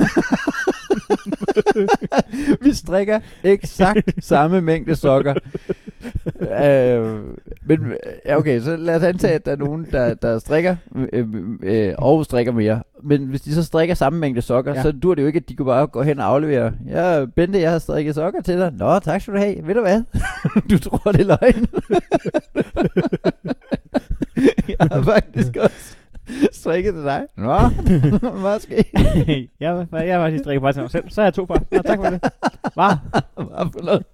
Vi strikker eksakt samme mængde sokker. øh, men ja, okay, så lad os antage, at der er nogen, der, der strikker øh, øh, og strikker mere. Men hvis de så strikker samme mængde sokker, ja. så dur det jo ikke, at de kunne bare gå hen og aflevere. Ja, Bente, jeg har strikket sokker til dig. Nå, tak skal du have. Ved du hvad? Du tror, det er løgn. Jeg har faktisk også strikket til dig. Nå, måske. jeg, jeg, jeg var lige strikket bare til mig selv. Så har jeg to par. Nå, tak for det. Hvad? Hvad for noget?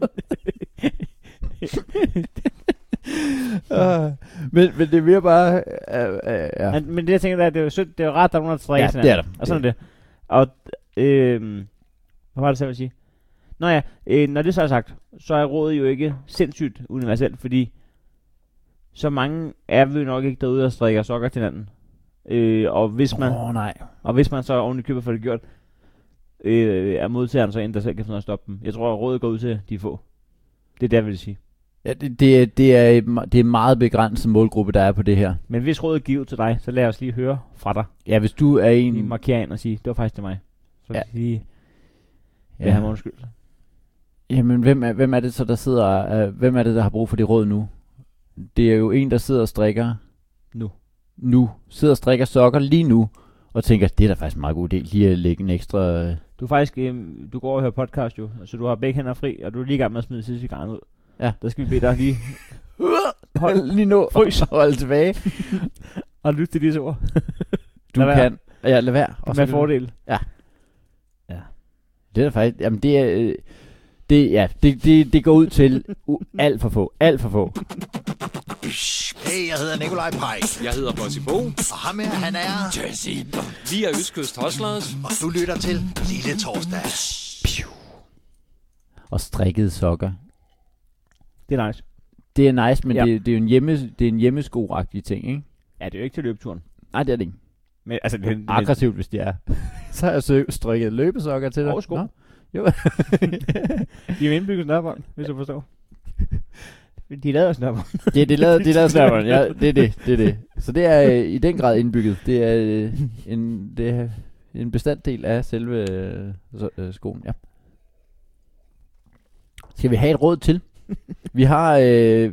uh, men, men det er mere bare uh, uh, ja. men, men det jeg tænker, der, det er jo sødt, det er jo rart, der er nogen, der strikker Ja, til det er hinanden. der. Og sådan er det. Og øh, hvad var det så, jeg ville sige? Nå ja, øh, når det så er sagt, så er rådet jo ikke sindssygt universelt, fordi så mange er vi jo nok ikke derude og strikker sokker til hinanden. Øh, og hvis man Åh oh, nej. og hvis man så oven i købet får det gjort, øh, er modtageren så en, der selv kan finde noget at stoppe dem. Jeg tror, at rådet går ud til de få. Det er det, jeg vil sige. Ja, det, det, er, det, er, det er meget begrænset målgruppe, der er på det her. Men hvis rådet giver til dig, så lad os lige høre fra dig. Ja, hvis du er en... Lige markere ind og sige, det var faktisk til mig. Så Ja. lige Ja. vil have mig undskyld. Jamen, hvem er, hvem er det så, der sidder... Uh, hvem er det, der har brug for det råd nu? Det er jo en, der sidder og strikker... Nu. Nu. Sidder og strikker sokker lige nu. Og tænker, det er da faktisk en meget god idé, lige at lægge en ekstra... Uh... Du er faktisk, øh, du går og hører podcast jo, så du har begge hænder fri, og du er lige i gang med at smide sidste cigaret ud. Ja. Der skal vi bede dig lige Hold lige nu. Frys. Hold tilbage. og lytte til disse ord. Du Lad være. kan... Ja, lad være. Og Med så- fordel. Ja. Ja. Det er da faktisk... Jamen, det er... Øh, det, ja, det, det, det går ud til uh, alt for få. Alt for få. Hey, jeg hedder Nikolaj Pajk. Jeg hedder Bossy Bo. Og ham her, han er... Jesse. Vi er Østkyst Hustlers. Og du lytter til Lille Torsdag. Og strikkede sokker. Det er nice. Det er nice, men Ja. det, det er jo en, hjemme, det er en hjemmesko-agtig ting, ikke? Ja, det er jo ikke til løbeturen. Nej, det er det ikke. Men altså, det, det, Aggressivt, hvis det er. Så har jeg sø- strikket løbesokker til dig. Og sko. Nå. Jo. de er jo indbygget snørbånd, hvis du forstår. De lavede snørbånd. Ja, det lavede, det lavede snæveren. Ja, det er det, det er det. Så det er øh, i den grad indbygget. Det er øh, en, det er en bestanddel af selve øh, så, øh, skoen, ja. Skal vi have et råd til? Vi har... Øh,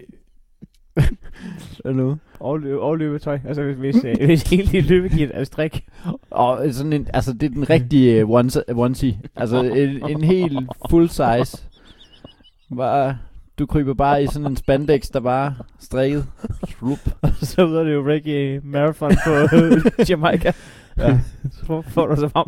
hvad nu? Og, lø- og løbetøj. Altså, hvis, hvis, øh, hvis hele dit løbekit er strik. Og sådan en, altså det er den rigtige uh, ones, onesie. Altså en, en helt full size. Bare, du kryber bare i sådan en spandex, der bare strikket. Slup. Så ud er det jo reggae marathon på øh, Jamaica. Ja. Så får du så frem.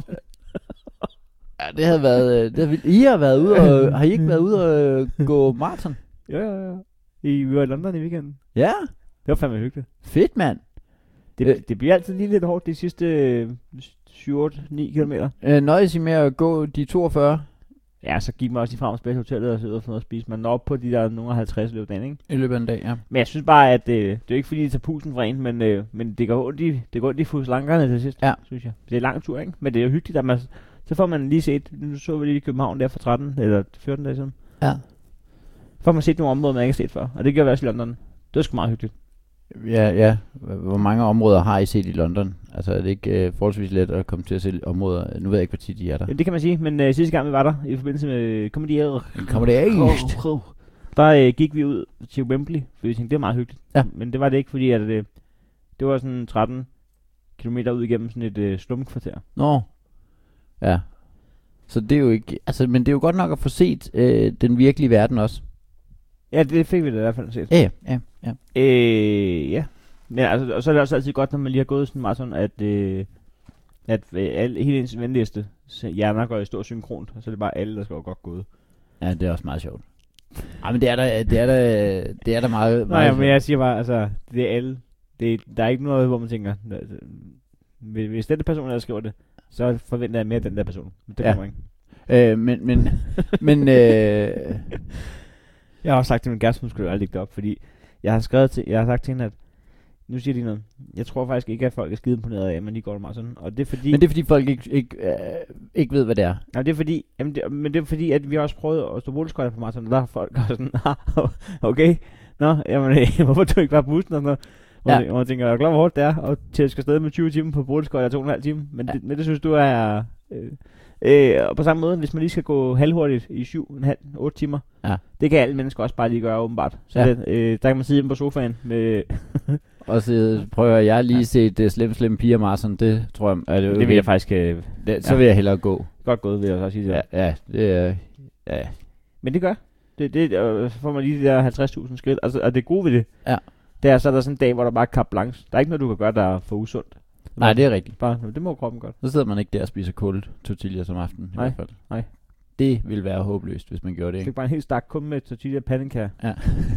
Ja, det havde været... øh, Det havde, I har været ude og... Har I ikke været ude og øh, gå maraton? Ja, ja, ja. I, vi var i London i weekenden. Ja, Det var fandme hyggeligt. fedt mand. Det, Øh. det bliver altid lige lidt hårdt de sidste øh, syv, otte, ni kilometer. Øh, nøjes I med at gå de toogfyrre Ja, så gik man også lige frem og tilbage til hotellet og sidde og få noget at spise. Man når op på de der nogle halvtreds løb dagen, ikke? i løbet af en dag, ja. Men jeg synes bare, at øh, det er jo ikke fordi, de tager pusen fra en, men, øh, men det går ondt i, det går ondt i fodslankerne til sidst, Ja. synes jeg. Det er en lang tur, ikke? Men det er jo hyggeligt, at man, så får man lige set, nu så vi lige i København der for tretten eller fjorten dage siden. Ja. Så får man set nogle områder, man ikke har set før, og det gør vi også i London. Det var sgu meget hyggeligt. Ja, ja. Hvor mange områder har I set i London? Altså er det ikke øh, forholdsvis let at komme til at se områder? Nu ved jeg ikke, hvor tit de er der. Jamen, det kan man sige, men øh, sidste gang vi var der, i forbindelse med Comedy Air, Kommer det af? der øh, gik vi ud til Wembley, for vi tænkte, det er meget hyggeligt. Ja. Men det var det ikke, fordi at, øh, det var sådan tretten kilometer ud igennem sådan et øh, slumkvarter. Nå. Ja. Så det er jo ikke... Altså, men det er jo godt nok at få set øh, den virkelige verden også. Ja, det fik vi da i hvert fald set. Ja, ja, ja. Øh, ja. Men altså, og så er det også altid godt, når man lige har gået sådan meget sådan, at, øh, at øh, alle, hele ens venliste hjerner går i stor synkront, og så er det bare alle, der skal gå godt gået. Ja, det er også meget sjovt. Ej, men det er der, det er der, det er der meget... Nå meget ja, men jeg siger bare, altså, det er alle. Det er, der er ikke noget, hvor man tænker, altså, hvis den person, der skriver det, så forventer jeg mere af den der person. Men det Ja. kommer ikke. Øh, men, men, men, øh, Jeg har også sagt til min kæreste, hun skulle jo aldrig lægge det op, fordi jeg har skrevet til, jeg har sagt til hende, at nu siger de noget. Jeg tror faktisk ikke, at folk er skide imponeret af, at man lige går der sådan. Og det er fordi... Men det er fordi folk ikke, ikke, øh, ikke ved, hvad det er. Nej, det er fordi... Jamen det, men det er fordi, at vi har også prøvet at stå rulleskøjter på maraton, og der har folk også sådan, okay, nå, jamen, hvorfor du ikke bare bussen og sådan noget? Hvor, ja. hvor jeg tænker, jeg er glad, hvor hårdt det er, og til at skal stadig med tyve timer på rulleskøjter og to og en halv time. Men, ja. det, men det synes du er... Øh, øh, og på samme måde, hvis man lige skal gå halvhurtigt i syv, en halv, otte timer, ja. Det kan alle mennesker også bare lige gøre, åbenbart. Så ja. det, øh, der kan man sidde hjemme på sofaen med... Og så prøver jeg lige at se det Slim Slim Piger Marathon, det tror jeg... Er det, det vil jeg faktisk... Øh, det, så ja. vil jeg hellere gå. Godt gået, vil jeg også sige det. Ja, ja, det er... Ja. Men det gør. Det, det, og så får man lige de der halvtreds tusind skridt. Altså, og det gode ved det, ja. det er, så er der sådan en dag, hvor der bare er carte blanche. Der er ikke noget, du kan gøre, der er for usundt. Nej, det er rigtigt. Bare, det må kroppen godt. Så sidder man ikke der og spiser kuldet tortilla som aften, i nej, hvert fald. Nej. Det ville være håbløst, hvis man gjorde det, ikke? Fik bare en helt stak kun med tortilla og pandekær. Ja.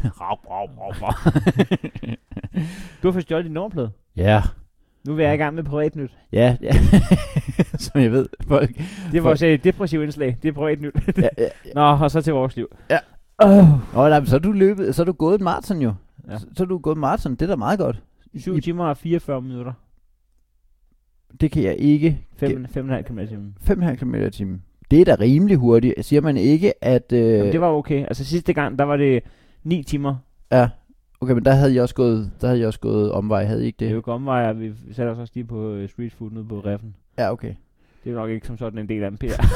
Du har fået stjålet din nummerplade. Ja. Nu vil jeg i gang med privatnyt. Ja, ja. Som jeg ved, folk... Det er vores folk... depressive indslag. Det er privatnyt. ja, ja, ja. Nå, og så til vores liv. Ja. Åh, oh. oh, så er du løbet, så er du gået en maraton jo. Ja. Så, så er du gået en maraton, det er da meget godt. syv timer og fireogfyrre minutter. Det kan jeg ikke. fem komma fem kilometer i timen. fem komma fem kilometer i timen. Det er da rimelig hurtigt. Siger man ikke, at... Øh... Jamen, det var okay. Altså sidste gang, der var det ni timer. Ja. Okay, men der havde jeg også gået, der havde jeg også gået omvej, havde I ikke det? Det er jo ikke omvej, og vi satte os også lige på uh, street food nede på Reffen. Ja, okay. Det er nok ikke som sådan en del af en P R.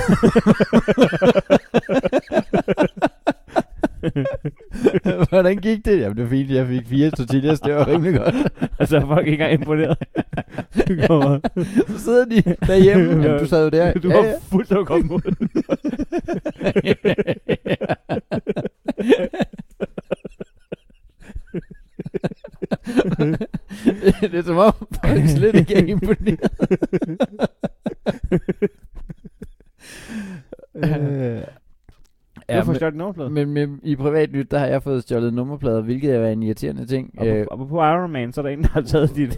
Hvordan gik det? Jamen det var fint, jeg fik fire tortillas, det var rimelig godt. Altså folk ikke engang imponeret. Så sidder de derhjemme, jamen, du sad jo der. Du var ja, ja. fuldt at komme mod. Det er som om folk slet ikke er imponeret. øh. Du har fået stjålet nummerplader. Men med, i privatnyt, der har jeg fået stjålet nummerplader, hvilket er en irriterende ting. Og på, øh. og på Iron Man, så er der en, der har taget dit...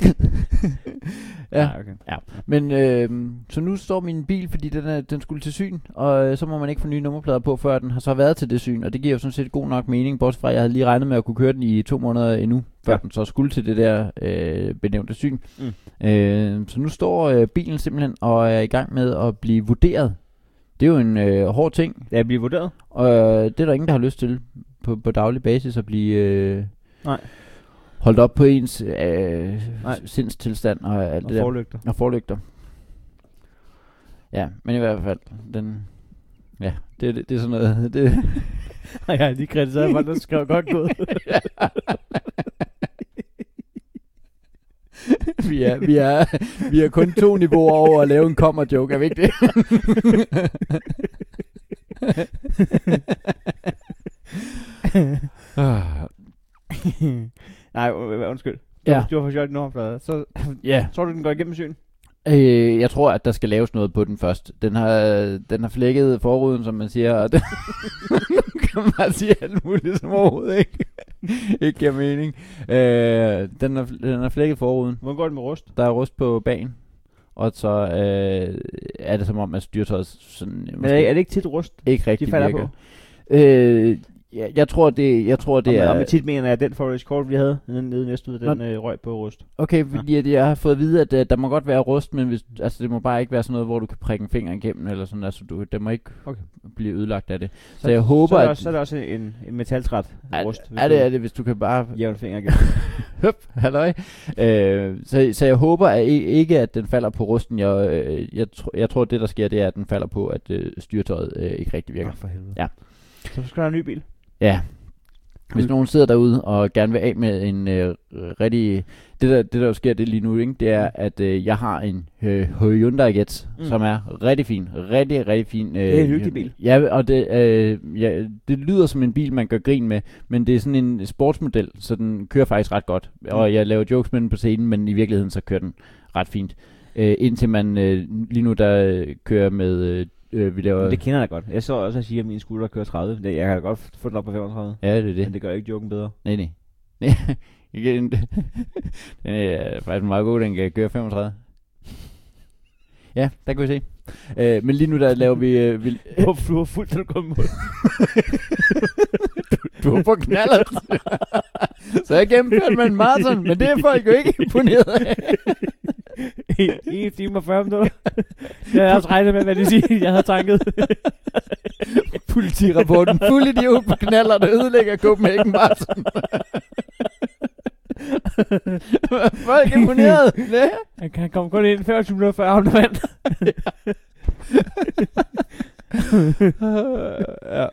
ja, okay. Ja. Men øh, så nu står min bil, fordi den, er, den skulle til syn, og øh, så må man ikke få nye nummerplader på, før den har så været til det syn, og det giver jo sådan set god nok mening, bortset fra, at jeg havde lige regnet med at kunne køre den i to måneder endnu, før ja. den så skulle til det der øh, benævnte syn. Mm. Øh, så nu står øh, bilen simpelthen og er i gang med at blive vurderet. Det er jo en øh, hård ting. Ja, at blive vurderet. Og øh, det er der ingen, der har lyst til på, på daglig basis at blive øh, Nej. holdt op på ens øh, sindstilstand og alt og det forlygter. der. Og forlygter. Ja, men i hvert fald, den... Ja, det, det, det er sådan noget... Det jeg har lige kritiseret, hvordan der skrev godt gået. vi, er, vi, er, vi er kun to niveauer over at lave en kommer-joke, er vi ikke det? Nej, undskyld. Du, ja. du har fået gjort nummerplader. Så yeah. tror du, den går igennem syn? Øh, jeg tror, at der skal laves noget på den først. Den har, den har flækket forruden, som man siger, og den kan man bare sige alt muligt, som overhovedet ikke, ikke giver mening. Øh, den, har, den har flækket forruden. Hvordan går det med rust? Der er rust på bagen, og så øh, er det som om, at styretøjet sådan... Men er, er det ikke tit rust? Ikke rigtig de falder virker. På? Øh, jeg, jeg tror, det, jeg tror, det og er... Og med tit mener jeg, at den Forest Court, vi havde nede næste ud, den øh, røg på rust. Okay, fordi ja. jeg har fået at vide, at uh, der må godt være rust, men hvis, altså, det må bare ikke være sådan noget, hvor du kan prikke en finger igennem, eller sådan, altså du, det må ikke okay. blive ødelagt af det. Så, så jeg håber, så er der at... Også, så er der også en, en metaltræt rust. Er, er det, er det, hvis du kan bare... Jævn finger igennem. Høp, halløj. Øh, så, så jeg håber at ikke, at den falder på rusten. Jeg, øh, jeg, tr- jeg tror, at det, der sker, det er, at den falder på, at øh, styretøjet øh, ikke rigtig virker. Oh, for helvede. Ja. Så skal der en ny bil. Ja. Hvis mm. nogen sidder derude og gerne vil af med en øh, rigtig... Det der, det der jo sker det lige nu, ikke? Det er, at øh, jeg har en øh, Hyundai Getz, mm. som er rigtig fin. Rigtig, rigtig fin. Øh, det er en hyggelig bil. Ja, og det, øh, ja, det lyder som en bil, man gør grin med, men det er sådan en sportsmodel, så den kører faktisk ret godt. Mm. Og jeg laver jokes med den på scenen, men i virkeligheden så kører den ret fint. Øh, indtil man øh, lige nu der øh, kører med... Øh, Øh, vi laver... Det kender jeg godt. Jeg så også at sige, at min scooter kører tredive. Jeg kan godt få den op på femogtredive. Ja, det er det. Men det gør ikke joken bedre. Nej, nej. Den er faktisk meget god, den kan køre femogtredive. Ja, der kan vi se. Øh, men lige nu der laver vi... Øh, vi Hvor du har fuldt, når du kommer mod. du, på på knallert. Så jeg gennemførte med en maraton, men det er folk jo ikke imponeret af. en time og fyrre minutter. Jeg havde også regnet med, hvad det siger, jeg havde tanket. Politirapporten. Fuld idiot på knallert, der ødelægger Copenhagen Marathon. Folk er imponeret. Ja. Han kan komme kun ind femogtyve minutter før ham, der vandt. Ja.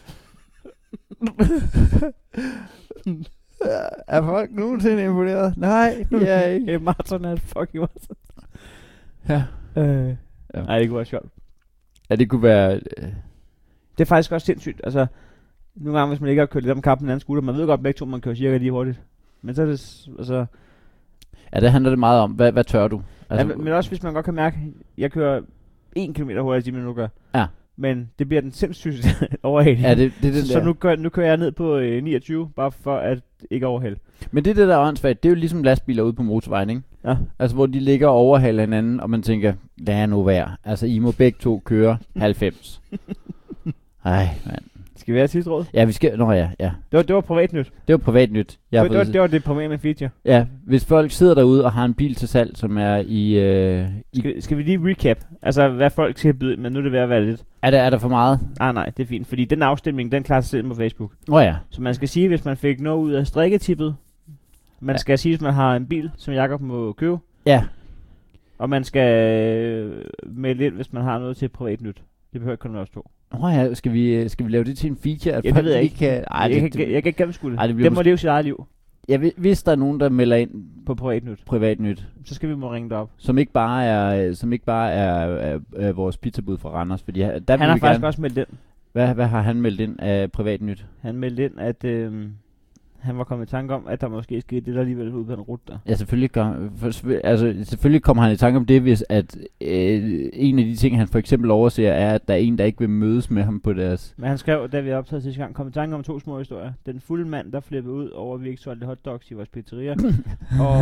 Er folk nogensinde imponeret? Nej, det er ikke. Ja, Martin er et fucking Martin. Ja. Øh. Ja. Nej, det kunne være sjovt. Ja, det kunne være... Øh. Det er faktisk også sindssygt. Altså, nogle gange, hvis man ikke har kørt lidt om kampen en anden scooter, man ved godt begge to, man kører cirka lige hurtigt. Men så er det, s- altså... Ja, det handler det meget om. Hvad, hvad tør du? Altså, ja, men også hvis man godt kan mærke, jeg kører en kilometer hurtigere i timen, nu gør. Ja. Men det bliver den sindssygt overhælde. Ja, det, det, det så der. nu, gør, nu kører jeg ned på øh, niogtyve, bare for at ikke overhælde. Men det er det, der er åndssvagt. Det er jo ligesom lastbiler ude på motorvejen, ikke? Ja. Altså, hvor de ligger og overhaler hinanden, og man tænker, lad er nu være. Altså, I må begge to køre halvfems. Ej, mand. Skal vi have et sidste råd? Ja, vi skal... Nå ja, ja. Det var, det var privatnyt. Det var privatnyt. Jeg har Det var, fået- det var det programmerende feature. Ja, hvis folk sidder derude og har en bil til salg, som er i... Øh, i Skal, skal vi lige recap? Altså, hvad folk skal byde, men nu er det ved at være lidt. er, der, er der for meget? Nej, nej, det er fint. Fordi den afstemning, den klarer sig selv på Facebook. Åh oh, ja. Så man skal sige, hvis man fik noget ud af strikketippet. Man Ja. skal sige, hvis man har en bil, som Jakob må købe. Ja. Og man skal øh, melde ind, hvis man har noget til privatnyt. Det behøver kun også to. Åh oh, ja, skal vi, øh, skal vi lave det til en feature? At Ja, det folk ved jeg lige ikke. Kan, ej, jeg, det, kan, det, jeg, jeg kan ikke gennemskue det. Ej, det Det, bliver det må mås- leve sit eget liv ja, hvis- hvis der er nogen, der melder ind på privatnyt. privatnyt, Så skal vi må ringe dig op. som ikke bare er, som ikke bare er, er, er vores pizzabud fra Randers, fordi her- der vil Han har vi faktisk gerne... også meldt ind. Hvad, hvad har han meldt ind af privatnyt? Han meldte ind, at øh, han var kommet i tanke om, at der måske skete det der alligevel ud på en rute der. Ja, selvfølgelig, kom, for, selvfø- altså, selvfølgelig kommer han i tanke om det, hvis at øh, en af de ting, han for eksempel overser, er, at der er en, der ikke vil mødes med ham på deres... Men han skrev, da vi optagede sidste gang, kom i tanke om to små historier. Den fulde mand, der flippede ud over, at vi ikke solgte hotdogs i vores pizzeria. og,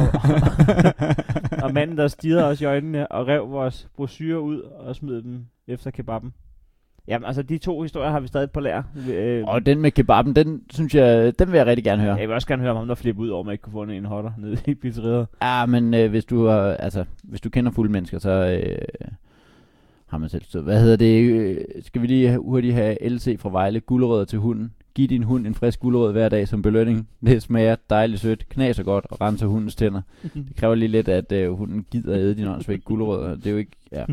og manden, der stirrede os i øjnene og rev vores brochurer ud og smed dem efter kebaben. Jamen, altså, de to historier har vi stadig på lager. Øh, Og den med kebaben, den synes jeg, den vil jeg rigtig gerne høre. jeg vil også gerne høre om ham, der flippede ud over, at man ikke kunne få en hotter nede i pizzeriet. Ja, men øh, hvis du har, altså, hvis du kender fulde mennesker, så øh, har man selv stået. Hvad hedder det? Øh, skal vi lige hurtigt have L C fra Vejle, gulerødder til hunden. Giv din hund en frisk gulerod hver dag som belønning. Det smager dejligt sødt, knaser godt og renser hundens tænder. Det kræver lige lidt, at øh, hunden gider æde din åndsvæk gulerødder. Det er jo ikke, ja.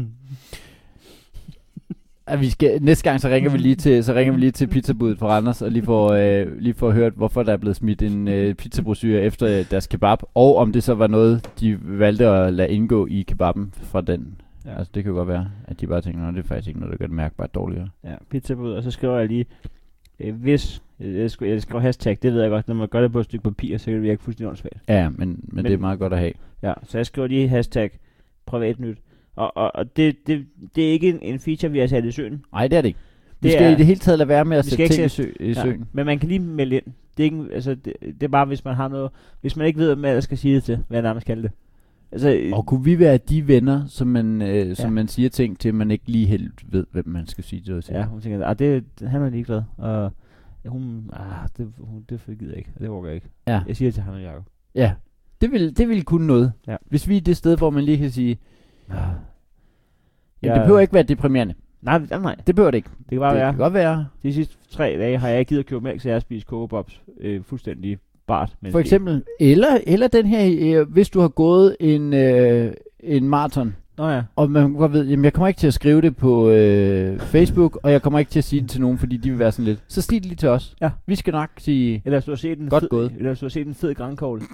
At vi skal, næste gang så ringer vi lige til så ringer vi lige til pizzabuddet fra Randers og lige får øh, lige får hørt hvorfor der er blevet smidt en øh, pizzabrochure efter øh, deres kebab, og om det så var noget de valgte at lade indgå i kebaben fra den. Ja. Ja. Altså det kan jo godt være at de bare tænker, at det er faktisk ikke noget der gør det mærkbart dårligere. Ja, pizzabud, og så skriver jeg lige, øh, hvis, jeg, jeg, skriver, jeg skriver hashtag, det ved jeg godt, når man gør det på et stykke papir, så kan det virke fuldstændig åndssvagt. Ja, men, men men det er meget godt at have. Ja, så jeg skriver lige hashtag privatnyt. Og, og, og det, det, det er ikke en, en feature, vi har sat i søen. Nej, det er det ikke. Vi Det skal er- i det hele taget lade være med at Vi sætte skal ting i, ikke sø, i søen. Men man kan lige melde ind. Det er, ikke, altså, det, det er bare, hvis man har noget, hvis man ikke ved, hvad der skal sige det til, hvad jeg nærmest kalde det. Altså, Og kunne vi være de venner, som man, øh, som Ja. man siger ting til, man ikke lige helt ved, hvem man skal sige det til? ja, hun tænker, ah, det, han er ligeglad. Og ja, hun, ah, det, hun, det gider jeg ikke. Det overgår jeg ikke. Ja. Jeg siger det til ham og Jacob. Ja, det vil, det vil kunne noget. Ja. Hvis vi er det sted, hvor man lige kan sige, Ah. ja, Jeg- det behøver ikke være deprimerende. Nej, nej, nej. Det behøver det ikke. Det kan bare det være. kan godt være. De sidste tre dage har jeg ikke givet at købe mælk, så jeg har spist Coco Bobs øh, fuldstændig bart. For eksempel, eller, eller den her, øh, hvis du har gået en, øh, en maraton, Nå ja. og man godt ved, jamen jeg kommer ikke til at skrive det på øh, Facebook, og jeg kommer ikke til at sige det til nogen, fordi de vil være sådan lidt, så sig det lige til os. Ja. Vi skal nok sige, Eller hvis du har set en Godt fed, gået. Eller hvis du har set en fed grankål.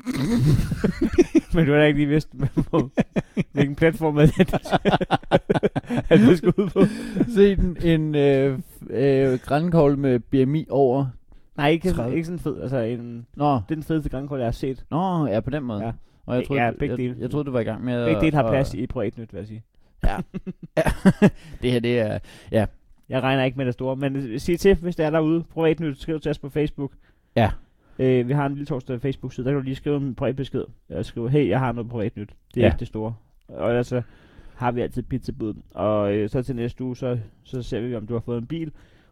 Men du har da ikke lige vidst, på hvilken platform er det, at du skal ud på. se den, en øh, øh, grænkål med B M I over. Nej, ikke, tredive. ikke sådan fed. Altså, en, Nå, det er den fedeste grankål, jeg har set. nå, ja, på den måde. Ja. Og jeg troede, Ja, ja, begge jeg, dele. jeg, troede, du var i gang med at... Begge dele har at- plads i privatnyt, vil jeg sige. Ja. ja. Det her, det er... Ja. Jeg regner ikke med det store, men sig til, hvis det er derude. Privatnyt, skriv til os på Facebook. Ja. Øh, vi har en lille torsdag Facebook-side, der kan du lige skrive en privat besked. Og skrive, hey, jeg har noget privatnyt. Det er Ja. ikke det store. Og ellers så har vi altid pizzabuden. Og øh, så til næste uge, så, så ser vi, om du har fået en bil.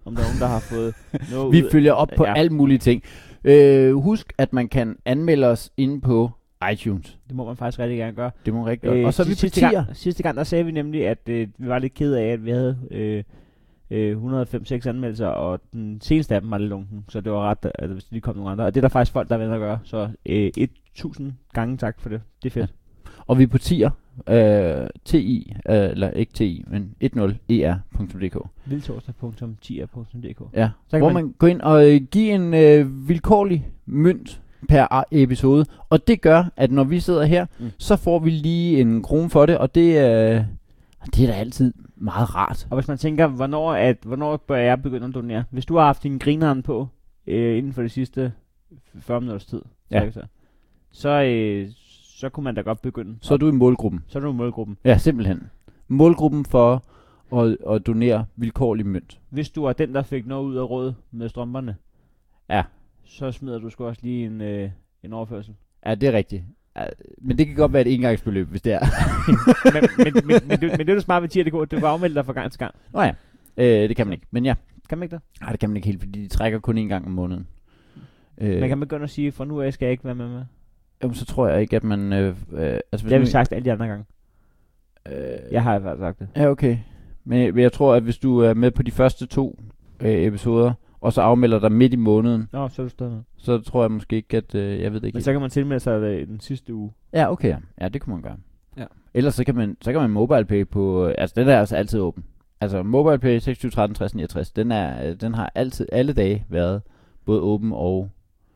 om der er nogen, der har fået noget Vi ud. følger op på Ja. alle mulige ting. Øh, husk, at man kan anmelde os inde på iTunes. Det må man faktisk rigtig gerne gøre. Det må man rigtig godt. Øh, Og så er vi på sidste tier. gang, sidste gang, der sagde vi nemlig, at øh, vi var lidt ked af, at vi havde øh, øh, et hundrede og fem til seks anmeldelser, og den seneste af dem var lidt lunken, så det var ret, at hvis de kom nogle andre. Og det er der faktisk folk, der vil at gøre, så øh, tusind gange tak for det. Det er fedt. Ja. Og vi er på tier. Øh, ti, øh, eller ikke ti, men ti punktum er punktum d k. vildtorsdag punktum tier punktum d k. Ja, Så kan hvor man- man gå ind og øh, give en øh, vilkårlig mønt per a- episode. Og det gør, at når vi sidder her, Mm. mm. så får vi lige en krone for det, og det, øh, det er da altid meget rart. Og hvis man tænker, hvornår, at, hvornår bør jeg begynde at donere? Hvis du har haft din grineren på øh, inden for de sidste fyrre minutters tid, Ja. så, så, øh, så kunne man da godt begynde. Så er du i målgruppen. Så er du i målgruppen. Ja, simpelthen. Målgruppen for at, at donere vilkårlig mønt. Hvis du er den, der fik noget ud af råd med strømperne, Ja. så smider du sgu også lige en, øh, en overførsel. Ja, det er rigtigt. Ja, men det kan godt være et engangsbeløb, hvis det er. men, men, men, men, det, men det er jo smart ved tier punktum d k, du kan afmelde dig fra gang til gang. Nå ja, øh, det kan man ikke. Men ja, Kan man ikke det? nej, det kan man ikke helt, fordi de trækker kun en gang om måneden. Øh, Man kan begynde at sige, fra nu af skal jeg ikke være med med. jamen, så tror jeg ikke, at man... Øh, øh, altså, hvis Det har vi nu- sagt alle de andre gange. Øh, Jeg har i hvert fald sagt det. Ja, okay. Men, men jeg tror, at hvis du er med på de første to øh, episoder, og så afmelder dig midt i måneden, Nå, så er du stadig med. så tror jeg måske ikke, at... Øh, jeg ved det ikke Men helt. så kan man tilmelde sig øh, den sidste uge. Ja, okay. Ja. ja, det kunne man gøre. Ja. Ellers så kan man, så kan man MobilePay på... Altså, den er altså altid åben. Altså, MobilePay seksogtyve tretten tres niogtres, den, er, den har altid alle dage været både åben og...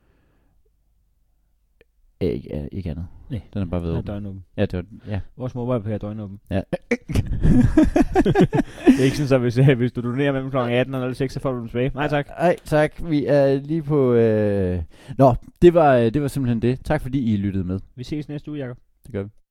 Ja, ikke, ja, ikke andet. Nej. Den har bare været Ja, åben. døgnåben. Ja, det var... Ja. Vores mobile er døgnåben. ja. Det er ikke sådan, så hvis, øh, hvis du donerer mellem klokken atten og nul seks, så får du dem tilbage. Nej tak. Ej, tak. Vi er lige på... Øh... Nå, det var, det var simpelthen det. Tak fordi I lyttede med. Vi ses næste uge, Jacob. Det gør vi.